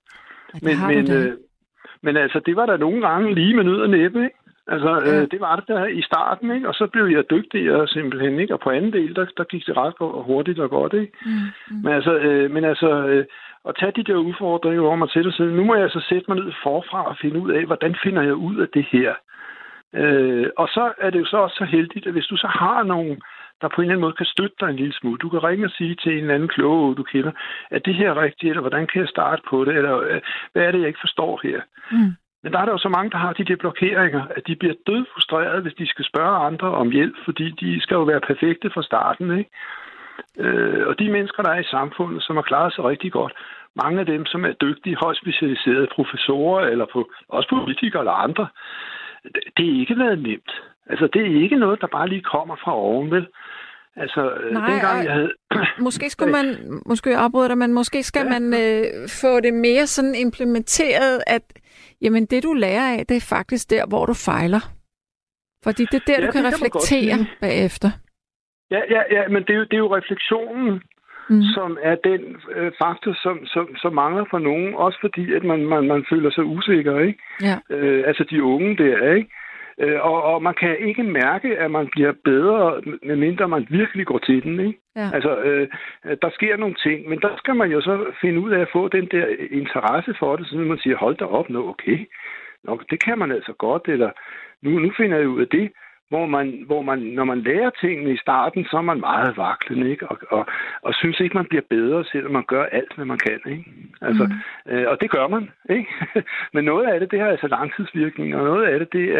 Men altså det var der nogle gange lige med nød og næppe, ikke? Altså, det var det der i starten, ikke? Og så blev jeg dygtigere simpelthen, ikke? Og på anden del, der gik det ret hurtigt og godt, ikke? Men altså, at tage de der udfordringer over mig til og sige, nu må jeg så sætte mig ned forfra og finde ud af, hvordan finder jeg ud af det her? Og så er det jo så også så heldigt, at hvis du så har nogen, der på en eller anden måde kan støtte dig en lille smule. Du kan ringe og sige til en eller anden kloge, du kender, er det her rigtigt, eller hvordan kan jeg starte på det, eller hvad er det, jeg ikke forstår her? Men der er der jo så mange, der har de der blokeringer, at de bliver dødfrustrerede, hvis de skal spørge andre om hjælp, fordi de skal jo være perfekte fra starten, ikke? Og de mennesker, der er i samfundet, som har klaret sig rigtig godt, mange af dem, som er dygtige, højt specialiserede professorer, eller også politikere eller andre, det er ikke været nemt. Altså, det er ikke noget, der bare lige kommer fra oven, vel? Altså, dengang jeg havde... Måske skulle man... Måske afbryde dig, men måske skal man få det mere sådan implementeret, at jamen, det du lærer af, det er faktisk der, hvor du fejler. Fordi det er der, du kan reflektere bagefter. Ja, men det er jo refleksionen, som er den faktor, som mangler for nogen. Også fordi, at man føler sig usikker, ikke? Ja. Altså de unge der, ikke? Og man kan ikke mærke, at man bliver bedre, medmindre man virkelig går til den, ikke? Ja. Altså, der sker nogle ting, men der skal man jo så finde ud af at få den der interesse for det, så man siger, hold da op, okay. Nå, det kan man altså godt, eller nu finder jeg ud af det, hvor man, når man lærer tingene i starten, så er man meget vaklende, ikke? Og synes ikke, man bliver bedre, selvom man gør alt, hvad man kan, ikke? Altså, og det gør man, ikke? Men noget af det har altså langtidsvirkning, og noget af det, det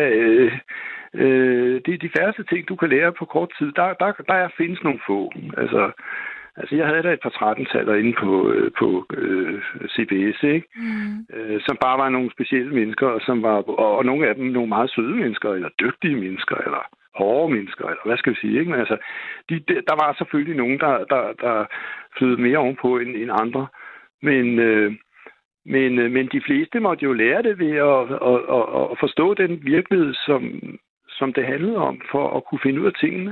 er de færreste ting, du kan lære på kort tid. Der findes nogle få. Altså, jeg havde da et par 13-taller inde på CBS, ikke? Som bare var nogle specielle mennesker, og nogle af dem nogle meget søde mennesker, eller dygtige mennesker, eller hårde mennesker, eller hvad skal vi sige, ikke? Men altså, der var selvfølgelig nogen, der flød mere ovenpå end andre. Men de fleste måtte jo lære det ved at forstå den virkelighed, som det handlede om, for at kunne finde ud af tingene.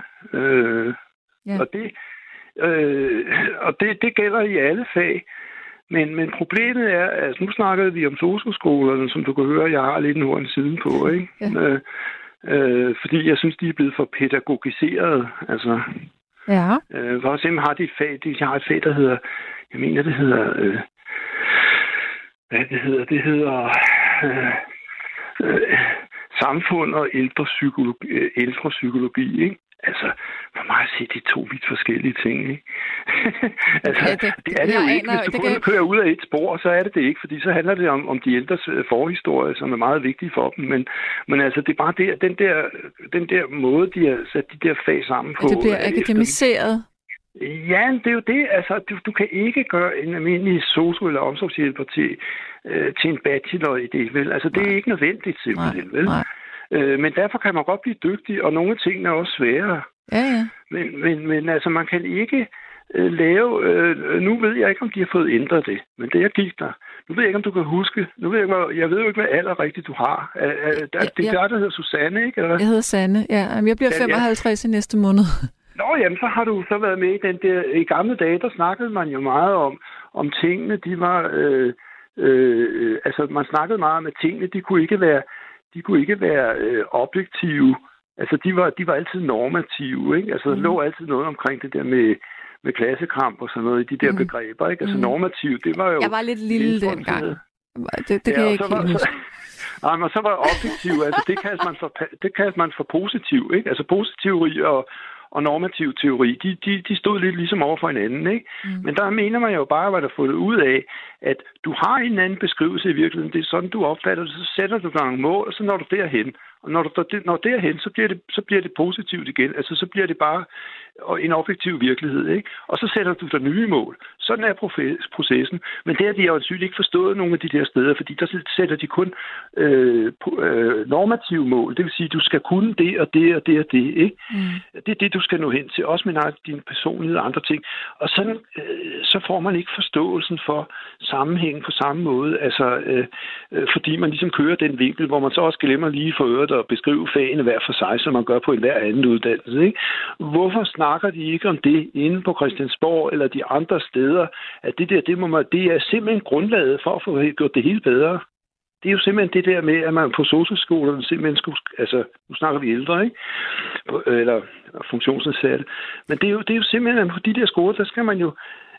Og det gælder i alle fag. Men problemet er, at nu snakkede vi om sosu-skolerne, som du kan høre, jeg har lidt en ord siden på, ikke? Ja. Fordi jeg synes, de er blevet for pædagogiseret. Altså, ja. For eksempel har de et fag, har et fag, der hedder, jeg mener, det hedder, det hedder samfund og ældrepsykologi, ikke? Altså, for mig at se, det er 2 vidt forskellige ting, ikke? Altså, det er det jo ikke. Hvis du kun kører ud af et spor, så er det ikke, fordi så handler det om de ældres forhistorie, som er meget vigtige for dem. Men altså, det er bare den der måde, de har sat de der fag sammen på. Det bliver akademiseret. Ja, det er jo det. Altså, du kan ikke gøre en almindelig sosu- eller omsorgshjælper til en bachelor i det, vel? Altså, det er ikke nødvendigt simpelthen, vel? Nej. Men derfor kan man godt blive dygtig, og nogle af tingene er også sværere. Ja. Men altså, man kan ikke lave... nu ved jeg ikke, om de har fået ændret det, men det jeg gik der. Nu ved jeg ikke, om du kan huske... Jeg ved jo ikke, hvad alder rigtigt du har. Det er der hedder Susanne, ikke? Eller? Jeg hedder Sanne, ja. Jeg bliver 55 i næste måned. Nå, jamen, så har du så været med i den der... I gamle dage, der snakkede man jo meget om tingene. De var... altså, man snakkede meget om, at tingene, de kunne ikke være objektive. Altså, de var altid normative, ikke? Altså, der lå altid noget omkring det der med klassekamp og sådan noget i de der begreber, ikke? Altså, normative, det var jo... Jeg var lidt lille dengang. Det kan jeg ikke helt huske. Nej, men så var objektiv, altså, det kaldte man for positiv, ikke? Altså, positiv teori og normativ teori, de stod lidt ligesom over for hinanden, ikke? Men der mener man jo bare, hvad der fundet ud af, at du har en anden beskrivelse i virkeligheden, det er sådan, du opfatter det, så sætter du nogle mål, og så når du derhen. Og når du når derhen, så bliver det positivt igen. Altså, så bliver det bare en objektiv virkelighed, ikke? Og så sætter du der nye mål. Sådan er processen. Men det har de jo ansynligt ikke forstået nogle af de der steder, fordi der sætter de kun normative mål. Det vil sige, at du skal kunne det og det og det og det, ikke? Det er det, du skal nå hen til. Også med din personlighed og andre ting. Og sådan, så får man ikke forståelsen for sammenhængen på samme måde. Altså, fordi man ligesom kører den vinkel, hvor man så også glemmer lige for øvrigt at beskrive fagene hver for sig, som man gør på enhver anden uddannelse, ikke? Hvorfor snakker de ikke om det inde på Christiansborg eller de andre steder, at det er simpelthen grundlaget for at få gjort det hele bedre. Det er jo simpelthen det der med, at man på sosu-skolerne simpelthen skulle, altså, nu snakker vi ældre, ikke? Eller funktionsnedsatte. Men det er jo simpelthen, på de der skoler, der skal man jo,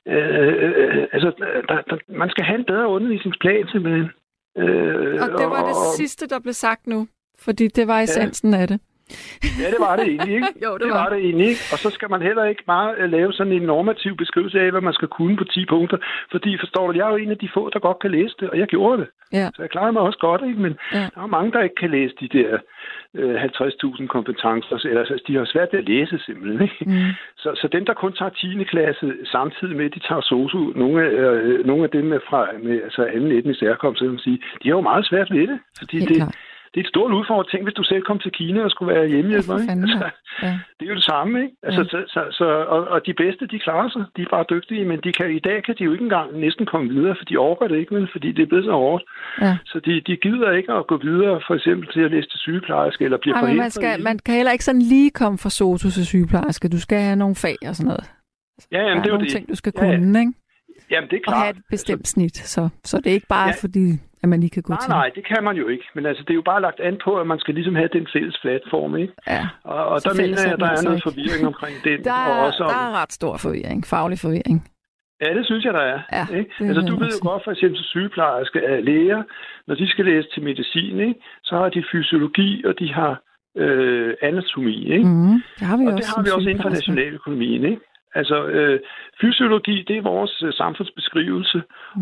man skal have en bedre undervisningsplan, simpelthen. Og det var det sidste, der blev sagt nu, fordi det var essensen af det. Ja, det var det egentlig, ikke? Jo, det var det egentlig, ikke? Og så skal man heller ikke bare lave sådan en normativ beskrivelse af, hvad man skal kunne på 10 punkter. Fordi, forstår du, jeg er jo en af de få, der godt kan læse det, og jeg gjorde det. Ja. Så jeg klarer mig også godt, ikke? Men der er mange, der ikke kan læse de der 50.000 kompetencer, eller de har svært ved at læse simpelthen, ikke? Så dem, der kun tager 10. klasse samtidig med, de tager sosu, nogle af dem med altså anden etnisk herkomst, så sige, de har jo meget svært ved det. Fordi det er et stort udfordring. Tænk, hvis du selv kom til Kina og skulle være hjemmehjælper. Altså, det er jo det samme, ikke? Altså, og de bedste, de klarer sig. De er bare dygtige, men i dag kan de jo ikke engang næsten komme videre, for de overgår det ikke, vel? Fordi det er blevet så hårdt. Ja. Så de gider ikke at gå videre, for eksempel til at læse til sygeplejerske, eller blive forhindret. Man kan heller ikke sådan lige komme fra sosu til sygeplejerske. Du skal have nogle fag og sådan noget. Ja, jamen, det er jo nogle ting, du skal kunne, ikke? Jamen, det er klart. Og have et bestemt snit, så det er ikke bare fordi, at man lige kan gå til. Nej, det kan man jo ikke. Men altså, det er jo bare lagt an på, at man skal ligesom have den fælles platform, ikke? Ja. Og der mener jeg, at der er noget forvirring omkring den. Der er ret stor forvirring, faglig forvirring. Ja, det synes jeg, der er. Ja, ikke? Altså, du ved jo godt, for eksempel sygeplejerske læger, når de skal læse til medicin, ikke? Så har de fysiologi, og de har anatomi, ikke? Det har vi og det har vi også inden for nationaløkonomien, ikke? Altså, fysiologi, det er vores samfundsbeskrivelse,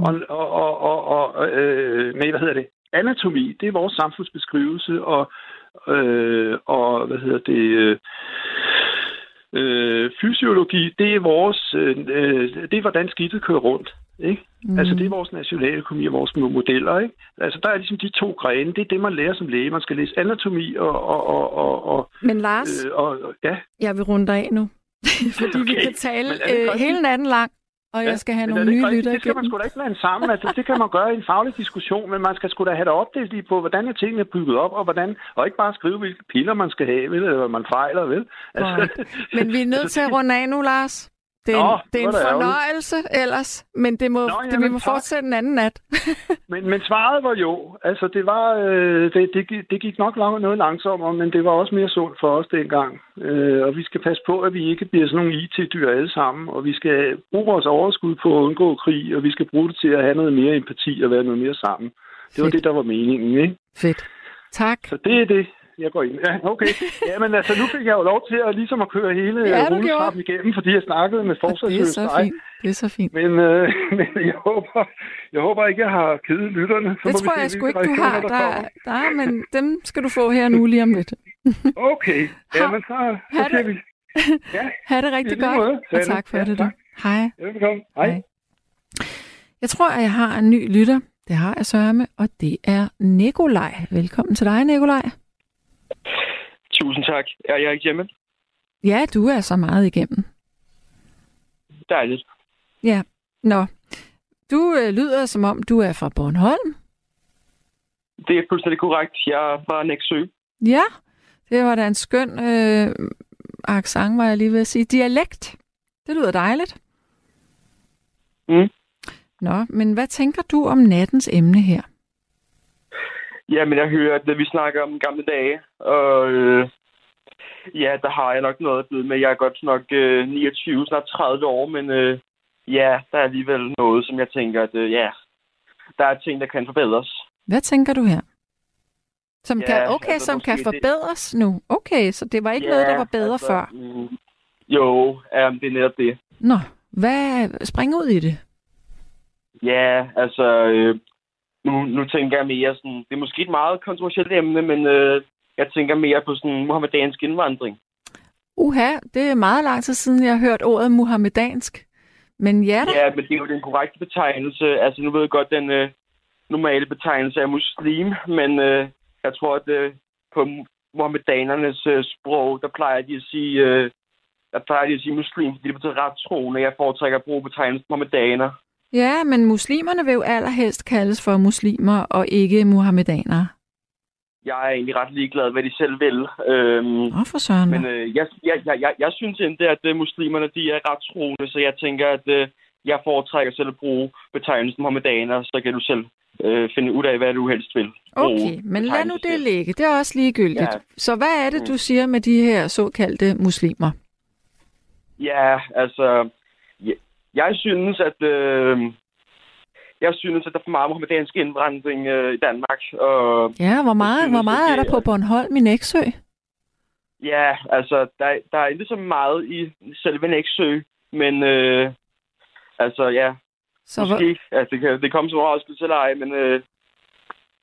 anatomi, det er vores samfundsbeskrivelse, og fysiologi, det er vores, det er hvordan skidtet kører rundt, ikke? Altså, det er vores nationaløkonomi og vores modeller, ikke? Altså, der er ligesom de to grene, det er det, man lærer som læge. Man skal læse anatomi og Men Lars, jeg vil runde dig af nu. Fordi vi kan tale hele natten lang, og jeg skal have nogle nye lytter igennem. Det skal man sgu da ikke blande sammen. Altså, det kan man gøre i en faglig diskussion, men man skal sgu da have det opdelt lige på, hvordan er tingene bygget op, og ikke bare skrive, hvilke piller man skal have, eller hvad man fejler, vel? Altså, men vi er nødt til at runde af nu, Lars. Det er en fornøjelse ellers, men vi må fortsætte en anden nat. men svaret var jo. Altså, det var det gik nok noget langsommere, men det var også mere sundt for os dengang. Og vi skal passe på, at vi ikke bliver sådan nogle IT-dyr alle sammen, og vi skal bruge vores overskud på at undgå krig, og vi skal bruge det til at have noget mere empati og være noget mere sammen. Det var det, der var meningen, ikke? Fedt. Tak. Så det er det. Jeg går ind. Ja, okay. Jamen altså, nu fik jeg jo lov til at køre hele rulletrappen igennem, fordi jeg snakkede med forsvarsøgelse. Det er så fint. Men jeg håber ikke, jeg har kedet lytterne. Det tror jeg sgu ikke, du har. Men dem skal du få her nu lige om lidt. Okay. Jamen så ser vi. Ja. Ha' det rigtig godt. Og tak for det, du. Hej. Velkommen. Hej. Jeg tror, at jeg har en ny lytter. Det har jeg sørme, og det er Nikolaj. Velkommen til dig, Nikolaj. Tusind tak. Er jeg ikke hjemme? Ja, du er så meget igennem. Dejligt. Ja. Nå. Du lyder, som om du er fra Bornholm. Det er fuldstændig korrekt. Jeg er fra Nexø. Ja, det var da en skøn accent, var jeg lige ved at sige. Dialekt. Det lyder dejligt. Nå, men hvad tænker du om nattens emne her? Jamen, jeg hører, at vi snakker om gamle dage, og der har jeg nok noget at byde med. Jeg er godt nok 29, snart 30 år, men der er alligevel noget, som jeg tænker, at der er ting, der kan forbedres. Hvad tænker du her? Som kan forbedres nu? Okay, så det var ikke noget, der var bedre før? Jo, det er netop det. Nå, spring ud i det. Ja, altså... Nu tænker jeg mere sådan... Det er måske et meget kontroversielt emne, men jeg tænker mere på sådan muhammedansk indvandring. Det er meget lang tid siden, jeg har hørt ordet muhammedansk. Men ja da. Ja, men det er jo den korrekte betegnelse. Altså, nu ved jeg godt, den normale betegnelse er muslim, men jeg tror, at på muhammedanernes sprog, der plejer de at sige muslim, fordi det betyder ret troende. Jeg foretrækker at bruge betegnelsen muhammedaner. Ja, men muslimerne vil jo allerhelst kaldes for muslimer og ikke muhammedanere. Jeg er egentlig ret ligeglad, hvad de selv vil. For søren. Men jeg synes endda, at muslimerne de er ret troende, så jeg tænker, at jeg foretrækker selv at bruge betegnelsen muhammedaner, så kan du selv finde ud af, hvad du helst vil. Okay, men lad nu det ligge. Det er også ligegyldigt. Ja. Så hvad er det, du siger med de her såkaldte muslimer? Ja, altså... Jeg synes, at der er for meget muhammedansk indvandring i Danmark. Og hvor meget er der på Bornholm i Nexø? Ja, altså, der er ikke så meget i selve Nexø, men Så måske, det kommer som overraskelse eller ej, men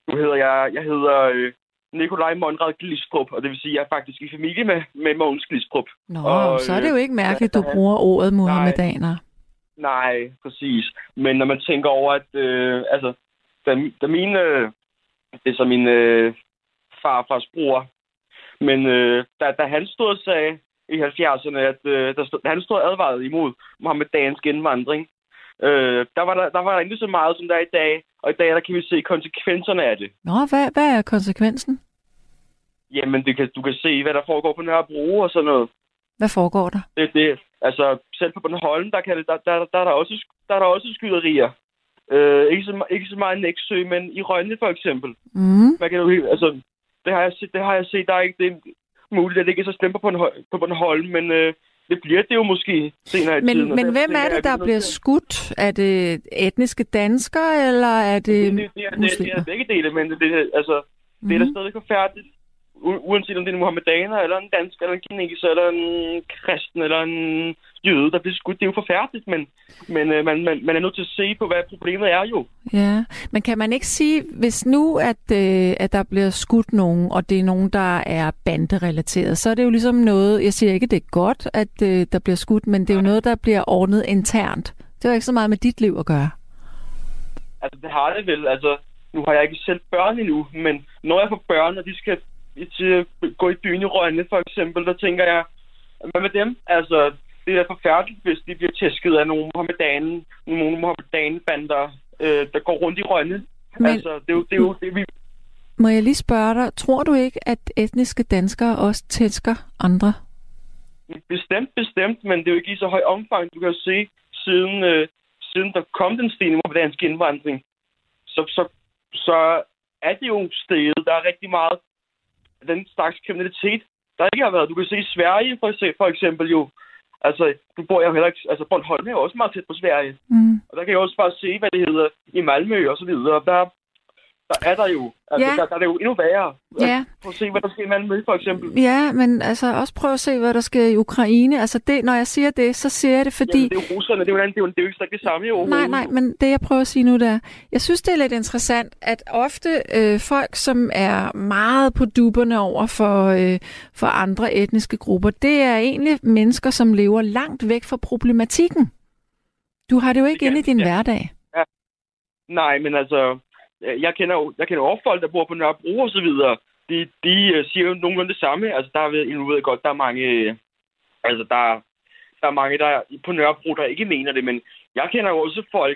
Nu hedder jeg hedder Nikolaj Monrad Glistrup, og det vil sige, at jeg er faktisk i familie med Mogens Glistrup. Nå, og, så er det jo ikke mærkeligt, du bruger ordet muhammedaner. Nej, præcis. Men når man tænker over, at da mine... det er så min farfars bror. Men da han stod og sagde i 70'erne, at han stod advaret imod muhammedansk indvandring, der var der ikke så meget, som der er i dag. Og i dag der kan vi se konsekvenserne af det. Nå, hvad er konsekvensen? Jamen, du kan se, hvad der foregår på Nørrebro og sådan noget. Hvad foregår der? Det altså, selv på Bornholm, der er der også skyderier. Ikke så meget i Nexø, men i Rønne for eksempel. Man kan jo, altså, det har jeg set. Der er ikke det muligt, at det ikke er så slemt på Bornholm, men det bliver det jo måske senere i tiden. Men hvem er det, der bliver skudt? Er det etniske danskere, eller er det muslimer? Det er begge dele, men det er da stadig forfærdeligt. Uanset om det er en muhammedaner, eller en dansker, eller en kineser, eller en kristen, eller en jøde, der bliver skudt. Det er jo forfærdeligt, men man er nødt til at se på, hvad problemet er jo. Ja, men kan man ikke sige, hvis nu, at der bliver skudt nogen, og det er nogen, der er banderelateret, så er det jo ligesom noget, jeg siger ikke, det er godt, at der bliver skudt, men det er jo noget, der bliver ordnet internt. Det har ikke så meget med dit liv at gøre. Altså, det har det vel. Altså, nu har jeg ikke selv børn endnu, men når jeg får børn, og de skal til gå i byen i Rønne, for eksempel, der tænker jeg, hvad med dem? Altså, det er forfærdeligt, hvis de bliver tæsket af nogle muhammedanbander, der går rundt i Rønne. Men, altså, det er jo det, vi... Må jeg lige spørge dig, tror du ikke, at etniske danskere også tæsker andre? Bestemt, men det er jo ikke i så høj omfang. Du kan jo se, siden der kom den stigende muhammedanske indvandring, så er det jo steget. Der er rigtig meget den slags kriminalitet, der ikke har været. Du kan se i Sverige, for eksempel jo. Altså, du bor jo heller ikke... Altså, Bornholm er jo også meget tæt på Sverige. Og der kan jeg også bare se, hvad det hedder i Malmø og så videre. Der er der jo... Altså, der er det jo endnu værre. Ja. Prøv at se, hvad der sker i Malmø, for eksempel. Ja, men altså også prøv at se, hvad der sker i Ukraine. Altså, det, når jeg siger det, så siger jeg det, fordi... Jamen, det er jo russerne. Det er jo ikke det samme jo. Nej, men det, jeg prøver at sige nu, der... Jeg synes, det er lidt interessant, at ofte folk, som er meget på dupperne over for andre etniske grupper, det er egentlig mennesker, som lever langt væk fra problematikken. Du har det jo ikke inde i din hverdag. Ja. Nej, men altså... Jeg kender også folk, der bor på Nørrebro og så videre. De siger jo nogenlunde det samme. Altså, nu ved jeg godt, der er mange... Altså, der er mange, der på Nørrebro, der ikke mener det, men jeg kender jo også folk,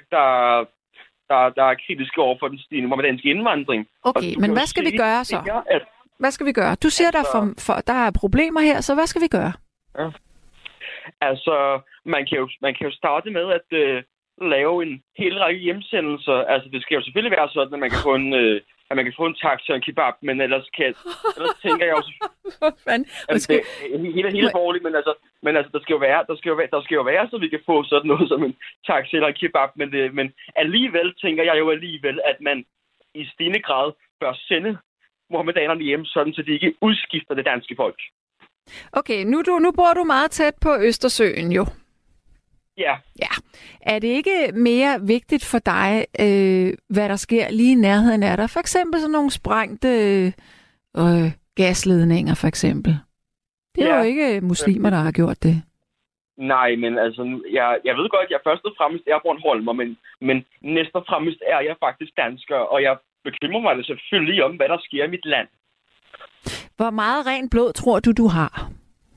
der er kritiske over for den stigende muhammedanske indvandring. Okay, men hvad skal vi gøre så? Hvad skal vi gøre? Du siger, der er problemer her, så hvad skal vi gøre? Ja. Altså, man kan jo starte med at lave en hel række hjemsendelser. Altså, det skal jo selvfølgelig være sådan, at man kan få en taxa og en kebab, men ellers tænker jeg også... det er helt forholdigt, men altså, der skal jo være, så vi kan få sådan noget som en taxa eller en kebab, men alligevel tænker jeg jo at man i stigende grad bør sende muhammedanerne hjem, sådan så de ikke udskifter det danske folk. Okay, nu bor du meget tæt på Østersøen jo. Ja. Er det ikke mere vigtigt for dig, hvad der sker lige i nærheden af dig? For eksempel sådan nogle sprængte gasledninger, for eksempel. Det er jo ikke muslimer, der har gjort det. Nej, men altså, jeg ved godt, at jeg først og fremmest er bornholmer, men næst og fremmest er jeg faktisk dansker, og jeg bekymrer mig selvfølgelig om, hvad der sker i mit land. Hvor meget rent blod tror du har?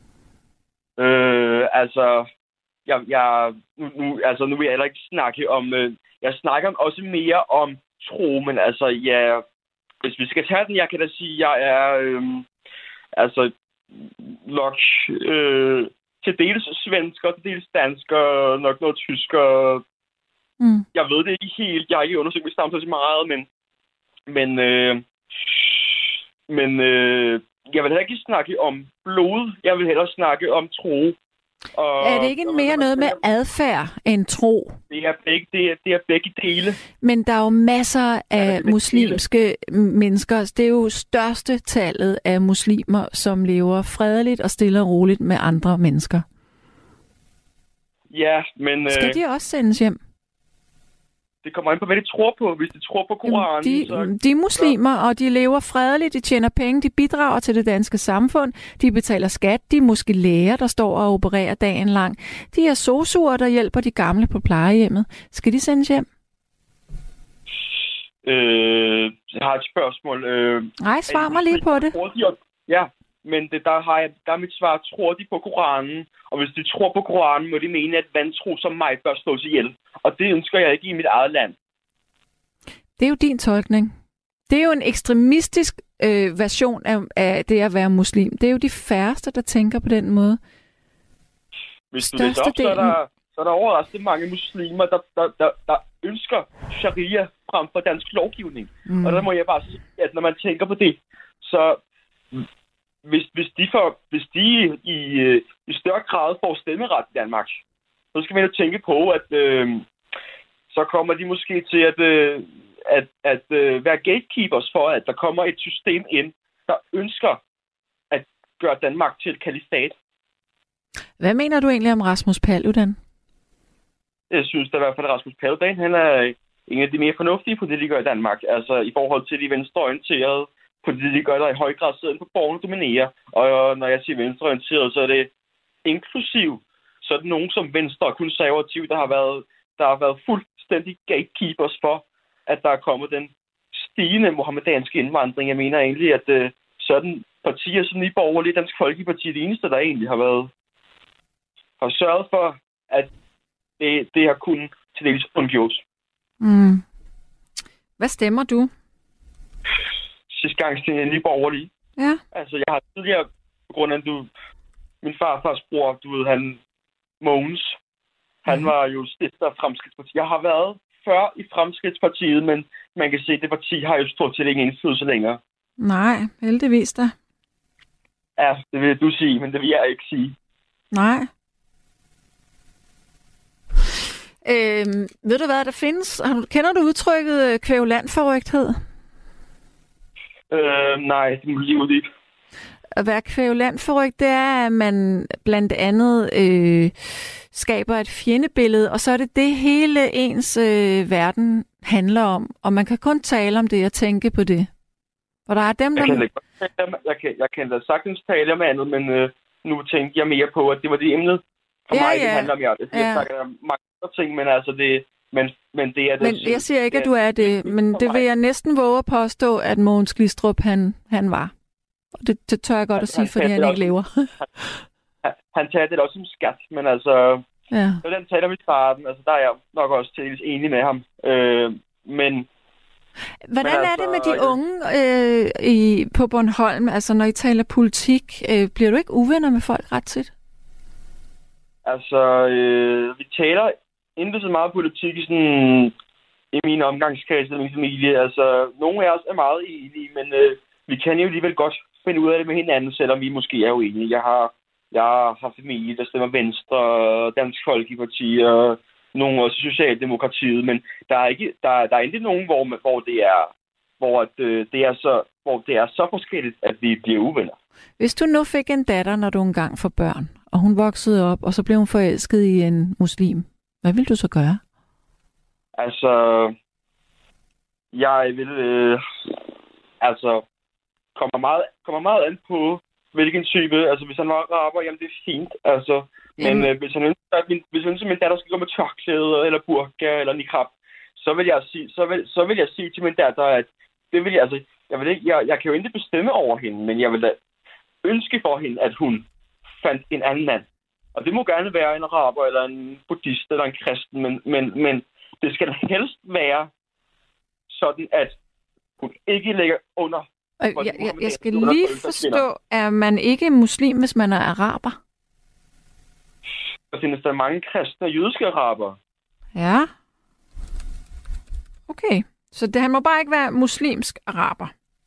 Nu vil jeg heller ikke snakke om... jeg snakker også mere om tro, men altså, ja... Hvis vi skal tage den, jeg kan da sige, jeg er... nok... til dels svensker, til dels dansker, nok noget tysker. Jeg ved det ikke helt. Jeg har ikke undersøgt mit stamtid så meget, men jeg vil heller ikke snakke om blod. Jeg vil hellere snakke om tro. Er det ikke mere noget med adfærd end tro? Det er begge dele. Men der er jo masser af muslimske mennesker. Det er jo største tallet af muslimer, som lever fredeligt og stille og roligt med andre mennesker. Ja, men... Skal de også sendes hjem? det kommer an på, hvad de tror på. Hvis de tror på Koranen... De er muslimer, og de lever fredeligt, de tjener penge, de bidrager til det danske samfund, de betaler skat, de er måske læger, der står og opererer dagen lang. De er sosuer, der hjælper de gamle på plejehjemmet. Skal de sendes hjem? Jeg har et spørgsmål. Nej, svar mig lige på det. Ja, men der er mit svar. Tror de på Koranen? Og hvis de tror på Koranen, må de mene, at vantro som mig bør slås ihjel. Og det ønsker jeg ikke i mit eget land. Det er jo din tolkning. Det er jo en ekstremistisk version af det at være muslim. Det er jo de færreste, der tænker på den måde. Hvis du læser op, så er der overraskende mange muslimer, der ønsker sharia frem for dansk lovgivning. Og der må jeg bare sige, at når man tænker på det, så hvis de i større grad får stemmeret i Danmark, så skal man jo tænke på, at så kommer de måske til at være gatekeepers for, at der kommer et system ind, der ønsker at gøre Danmark til et kalifat. Hvad mener du egentlig om Rasmus Paludan? Jeg synes, at i hvert fald Rasmus Paludan, han er en af de mere fornuftige politikere i Danmark. Altså i forhold til de venstreorienterede politikere, der i høj grad sidder på borgerne og dominerer. Og når jeg siger venstreorienteret, så er det inklusiv sådan nogen som Venstre og konservative, der har været fuldstændig gatekeepers for, at der er kommet den stigende mohammedanske indvandring. Jeg mener egentlig, at sådan partier som Nye Borgerlige, Dansk Folkeparti, er det eneste, der egentlig har sørget for, at det har kunnet til dels undgås. Hvad stemmer du? Sidste gang stemte jeg Nye Borgerlige. Ja. Altså, jeg har tidligere, på grund af, min farfars bror, han Mogens, han var jo stifter af Fremskridtspartiet. Jeg har været før i Fremskridtspartiet, men man kan se, at det parti har jo stort set ingen indflydelse længere. Nej, heldigvis da. Ja, det vil du sige, men det vil jeg ikke sige. Nej. Ved du hvad, der findes? Kender du udtrykket kvævlandforrygthed? Nej, det må lige ud ikke. At være kvævlandforrygt, det er, at man blandt andet skaber et fjendebillede, og så er det hele ens verden handler om. Og man kan kun tale om det og tænke på det. Og der er dem, der... Jeg kan da sagtens tale om andet, men nu tænker jeg mere på, at det var det emnet. For mig, det handler om hjertet. Jeg snakker om mange andre ting, men altså det... Men det er det. Men jeg siger ikke, at du er det, men det vil jeg næsten våge at påstå, at Mogens Glistrup, han var. Og det tør jeg godt at sige, fordi han ikke lever. Han tager det også som skat, men altså... Ja. Så den taler vi i starten, altså der er jeg nok også til enig med ham. Men... Hvordan er det med de unge på Bornholm? Altså, når I taler politik, bliver du ikke uvenner med folk ret tit? Altså, vi taler ikke så meget politik i min omgangskreds og min familie. Altså, nogle af os er meget enige, men vi kan jo alligevel godt finde ud af det med hinanden, selvom vi måske er uenige. Jeg har familie, der stemmer Venstre, Dansk Folkeparti og nogle også Socialdemokratiet, men der er ikke nogen, hvor det er så forskelligt, at vi bliver uvenner. Hvis du nu fik en datter, når du engang får børn, og hun voksede op, og så blev hun forelsket i en muslim, hvad vil du så gøre? Altså, jeg vil kommer meget an på, hvilken type. Altså, hvis han var araber, jamen det er fint. Altså, men hvis han ønsker, at min datter skal gå med tørklæde, eller burka, eller niqab, så vil jeg sige til min datter, at det vil jeg, jeg kan jo ikke bestemme over hende, men jeg vil da ønske for hende, at hun fandt en anden mand. Og det må gerne være en araber, eller en buddhist, eller en kristen, men det skal helst være sådan, at hun ikke ligger under. Jeg skal lige forstå, at man ikke er muslim, hvis man er araber? Der findes der mange kristne og jødiske araber. Ja. Okay. Så han må bare ikke være muslimsk araber?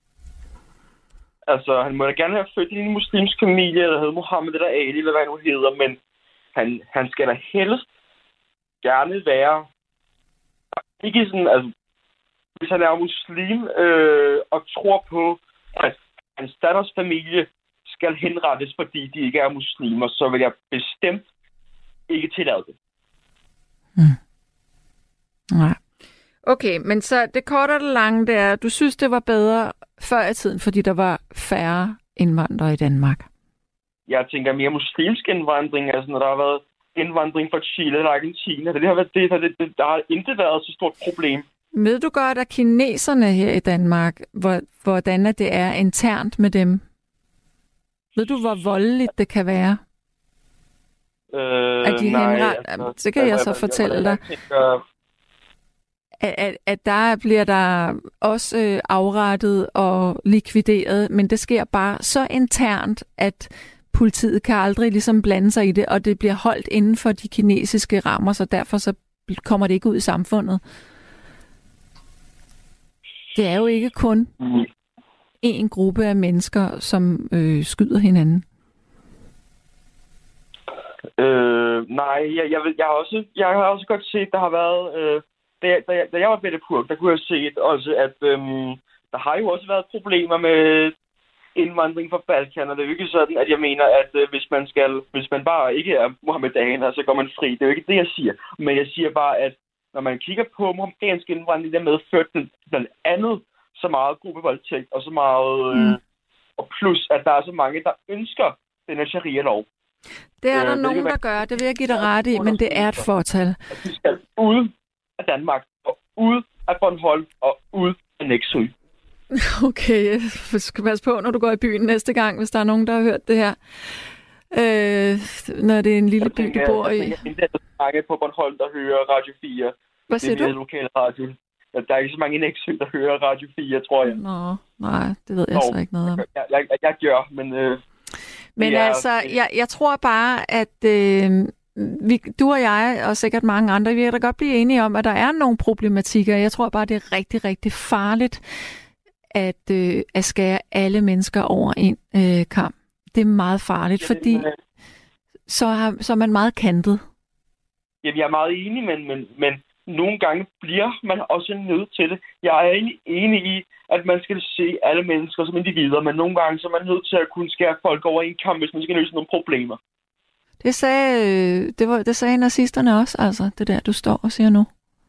Altså, han må da gerne have født i en muslimsk familie, eller hedder Mohammed eller Ali, eller hvad han nu hedder, men han skal da helst gerne være ikke sådan, altså, hvis han er muslim og tror på, at hans datters familie skal henrettes, fordi de ikke er muslimer, så vil jeg bestemt ikke tillade det. Nej. Okay, men så det korte og det lange, det er, du synes, det var bedre før i tiden, fordi der var færre indvandrere i Danmark? Jeg tænker mere muslimsk indvandring, altså når der har været indvandring fra Chile eller Argentina. Det har været der har ikke været så stort problem. Ved du godt, at kineserne her i Danmark, hvordan det er internt med dem? Ved du, hvor voldeligt det kan være? At de det kan jeg så fortælle dig. At der bliver der også afrettet og likvideret, men det sker bare så internt, at politiet kan aldrig ligesom blande sig i det, og det bliver holdt inden for de kinesiske rammer, så derfor så kommer det ikke ud i samfundet. Det er jo ikke kun en gruppe af mennesker, som skyder hinanden. Nej, jeg har også godt set, der har været... Da jeg var Bette-Purk, der kunne jeg se også, at der har jo også været problemer med indvandring fra Balkan, og det er jo ikke sådan, at jeg mener, at hvis man bare ikke er muhammedaner, så går man fri. Det er jo ikke det, jeg siger. Men jeg siger bare, at når man kigger på muhammedansk indvandring, der medført blandt andet så meget gruppevoldtægt, og så meget... og plus, at der er så mange, der ønsker den her sharia-lov. Det er der nogen, der gør. Det vil jeg give dig ret i, men det er et fortal. At de skal ud af Danmark, og ud af Bornholm, og ud af Nexø. Okay, jeg skal passe på, når du går i byen næste gang, hvis der er nogen, der har hørt det her. Når det er en lille by, du bor i. Jeg tænker, at der er mange på Bornholm, der hører Radio 4. Hvad siger du? Det er lokale radio. Der er ikke så mange i Nexø, der hører Radio 4, tror jeg. Nå, nej, det ved jeg så ikke noget om. Jeg gør, men... Men altså, jeg tror bare, at du og jeg, og sikkert mange andre, vi kan da godt blive enige om, at der er nogle problematikker. Jeg tror bare, det er rigtig, rigtig farligt at skære alle mennesker over en kamp. Det er meget farligt, fordi så er man meget kantet. Jamen, jeg er meget enig, men nogle gange bliver man også nødt til det. Jeg er egentlig enig i, at man skal se alle mennesker som individer, men nogle gange så er man nødt til at kunne skære folk over en kamp, hvis man skal løse nogle problemer. Det sagde nazisterne også, altså, det der, du står og siger nu.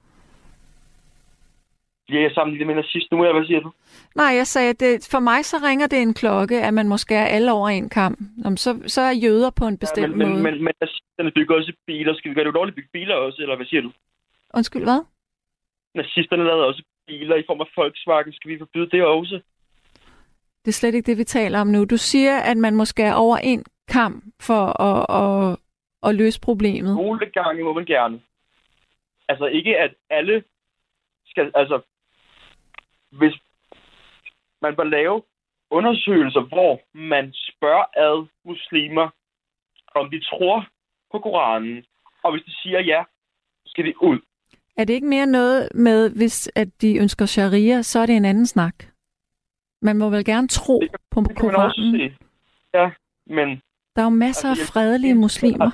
Bliver jeg sammenlignet med nazist nu, eller hvad siger du? Nej, jeg sagde, at for mig så ringer det en klokke, at man må skære alle over en kamp. Så er jøder på en bestemt måde. Men nazisterne bygger også biler. Skal vi gøre det ulovligt at bygge biler også, eller hvad siger du? Undskyld, hvad? Nazisterne lavede også biler i form af Volkswagen. Skal vi forbyde det også? Det er slet ikke det, vi taler om nu. Du siger, at man må skære over en kamp for at løse problemet. Nogle gange må man gerne. Altså ikke, at alle skal... Altså, hvis man bør lave undersøgelser, hvor man spørger ad muslimer, om de tror på Koranen, og hvis de siger ja, så skal de ud. Er det ikke mere noget med, hvis at de ønsker sharia, så er det en anden snak? Man må vel gerne tro på Koranen? Ja, men... Der er jo masser af fredelige muslimer.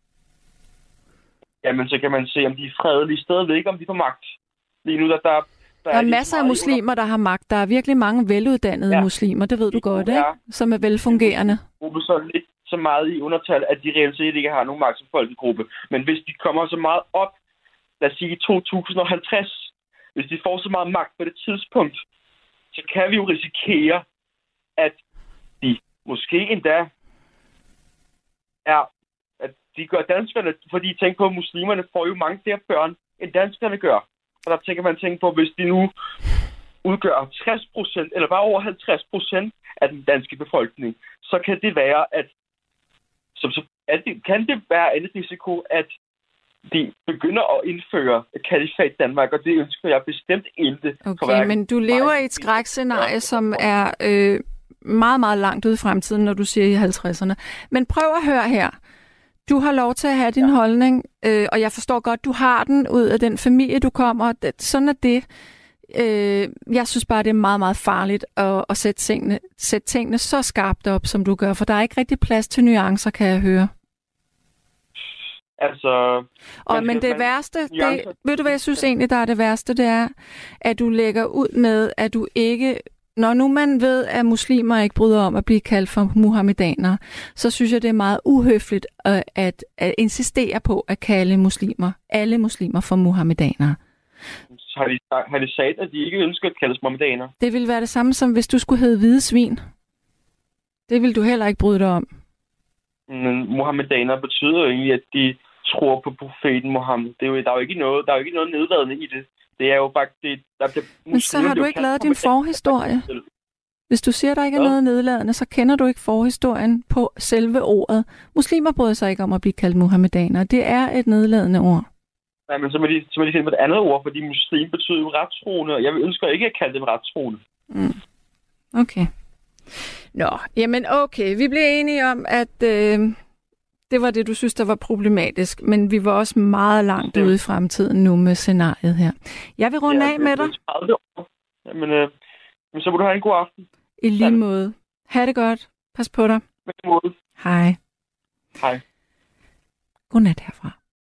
Jamen, så kan man se, om de er fredelige stadigvæk, om de får magt. Lige nu, der er masser af muslimer, der har magt. Der er virkelig mange veluddannede muslimer, det ved du godt, ikke? Som er velfungerende. Gruppe så lidt så meget i undertal, at de reelt set ikke har nogen magt som folkegruppe. Men hvis de kommer så meget op, lad os sige i 2050, hvis de får så meget magt på det tidspunkt, så kan vi jo risikere, at de måske endda at de gør danskerne, fordi tænker på, at muslimerne får jo mange flere børn, end danskerne gør. Og der tænker man på, hvis de nu udgør 60%, eller bare over 50% af den danske befolkning, så kan det være, kan det være en risiko, at de begynder at indføre et kalifat i Danmark, og det ønsker jeg bestemt ikke. Okay, men du lever i et skrækscenarie, som er meget, meget langt ude i fremtiden, når du siger i 50'erne. Men prøv at høre her. Du har lov til at have din holdning, og jeg forstår godt, du har den ud af den familie, du kommer. Sådan er det. Jeg synes bare, det er meget, meget farligt at sætte tingene så skarpt op, som du gør, for der er ikke rigtig plads til nuancer, kan jeg høre. Altså... Men det værste, ved du hvad jeg synes egentlig, der er det værste, det er, at du lægger ud med, at du ikke... Når nu man ved, at muslimer ikke bryder om at blive kaldt for muhammedanere, så synes jeg, det er meget uhøfligt at insistere på at kalde alle muslimer for muhammedanere. har de sagt, at de ikke ønsker at kaldes muhammedaner? Det ville være det samme som, hvis du skulle hedde hvide svin. Det vil du heller ikke bryde dig om. Men muhammedaner betyder jo egentlig, at de tror på profeten Muhammed. Der er jo ikke noget nedladende i det. Det er jo faktisk... Men så har du ikke lavet din forhistorie. Hvis du siger, der ikke er noget nedladende, så kender du ikke forhistorien på selve ordet. Muslimer bryder sig ikke om at blive kaldt muhammedaner. Det er et nedladende ord. Nej, men så må de finde på et andet ord, fordi muslim betyder jo retstroende, og jeg ønsker ikke at kalde dem retstroende. Mm. Okay. Nå, jamen okay. Vi blev enige om, at det var det, du synes, der var problematisk, men vi var også meget langt ude i fremtiden nu med scenariet her. Jeg vil runde af med dig. Jamen, så må du have en god aften. I lige måde. Ha' det godt. Pas på dig. Med måde. Hej. Hej. Godnat herfra.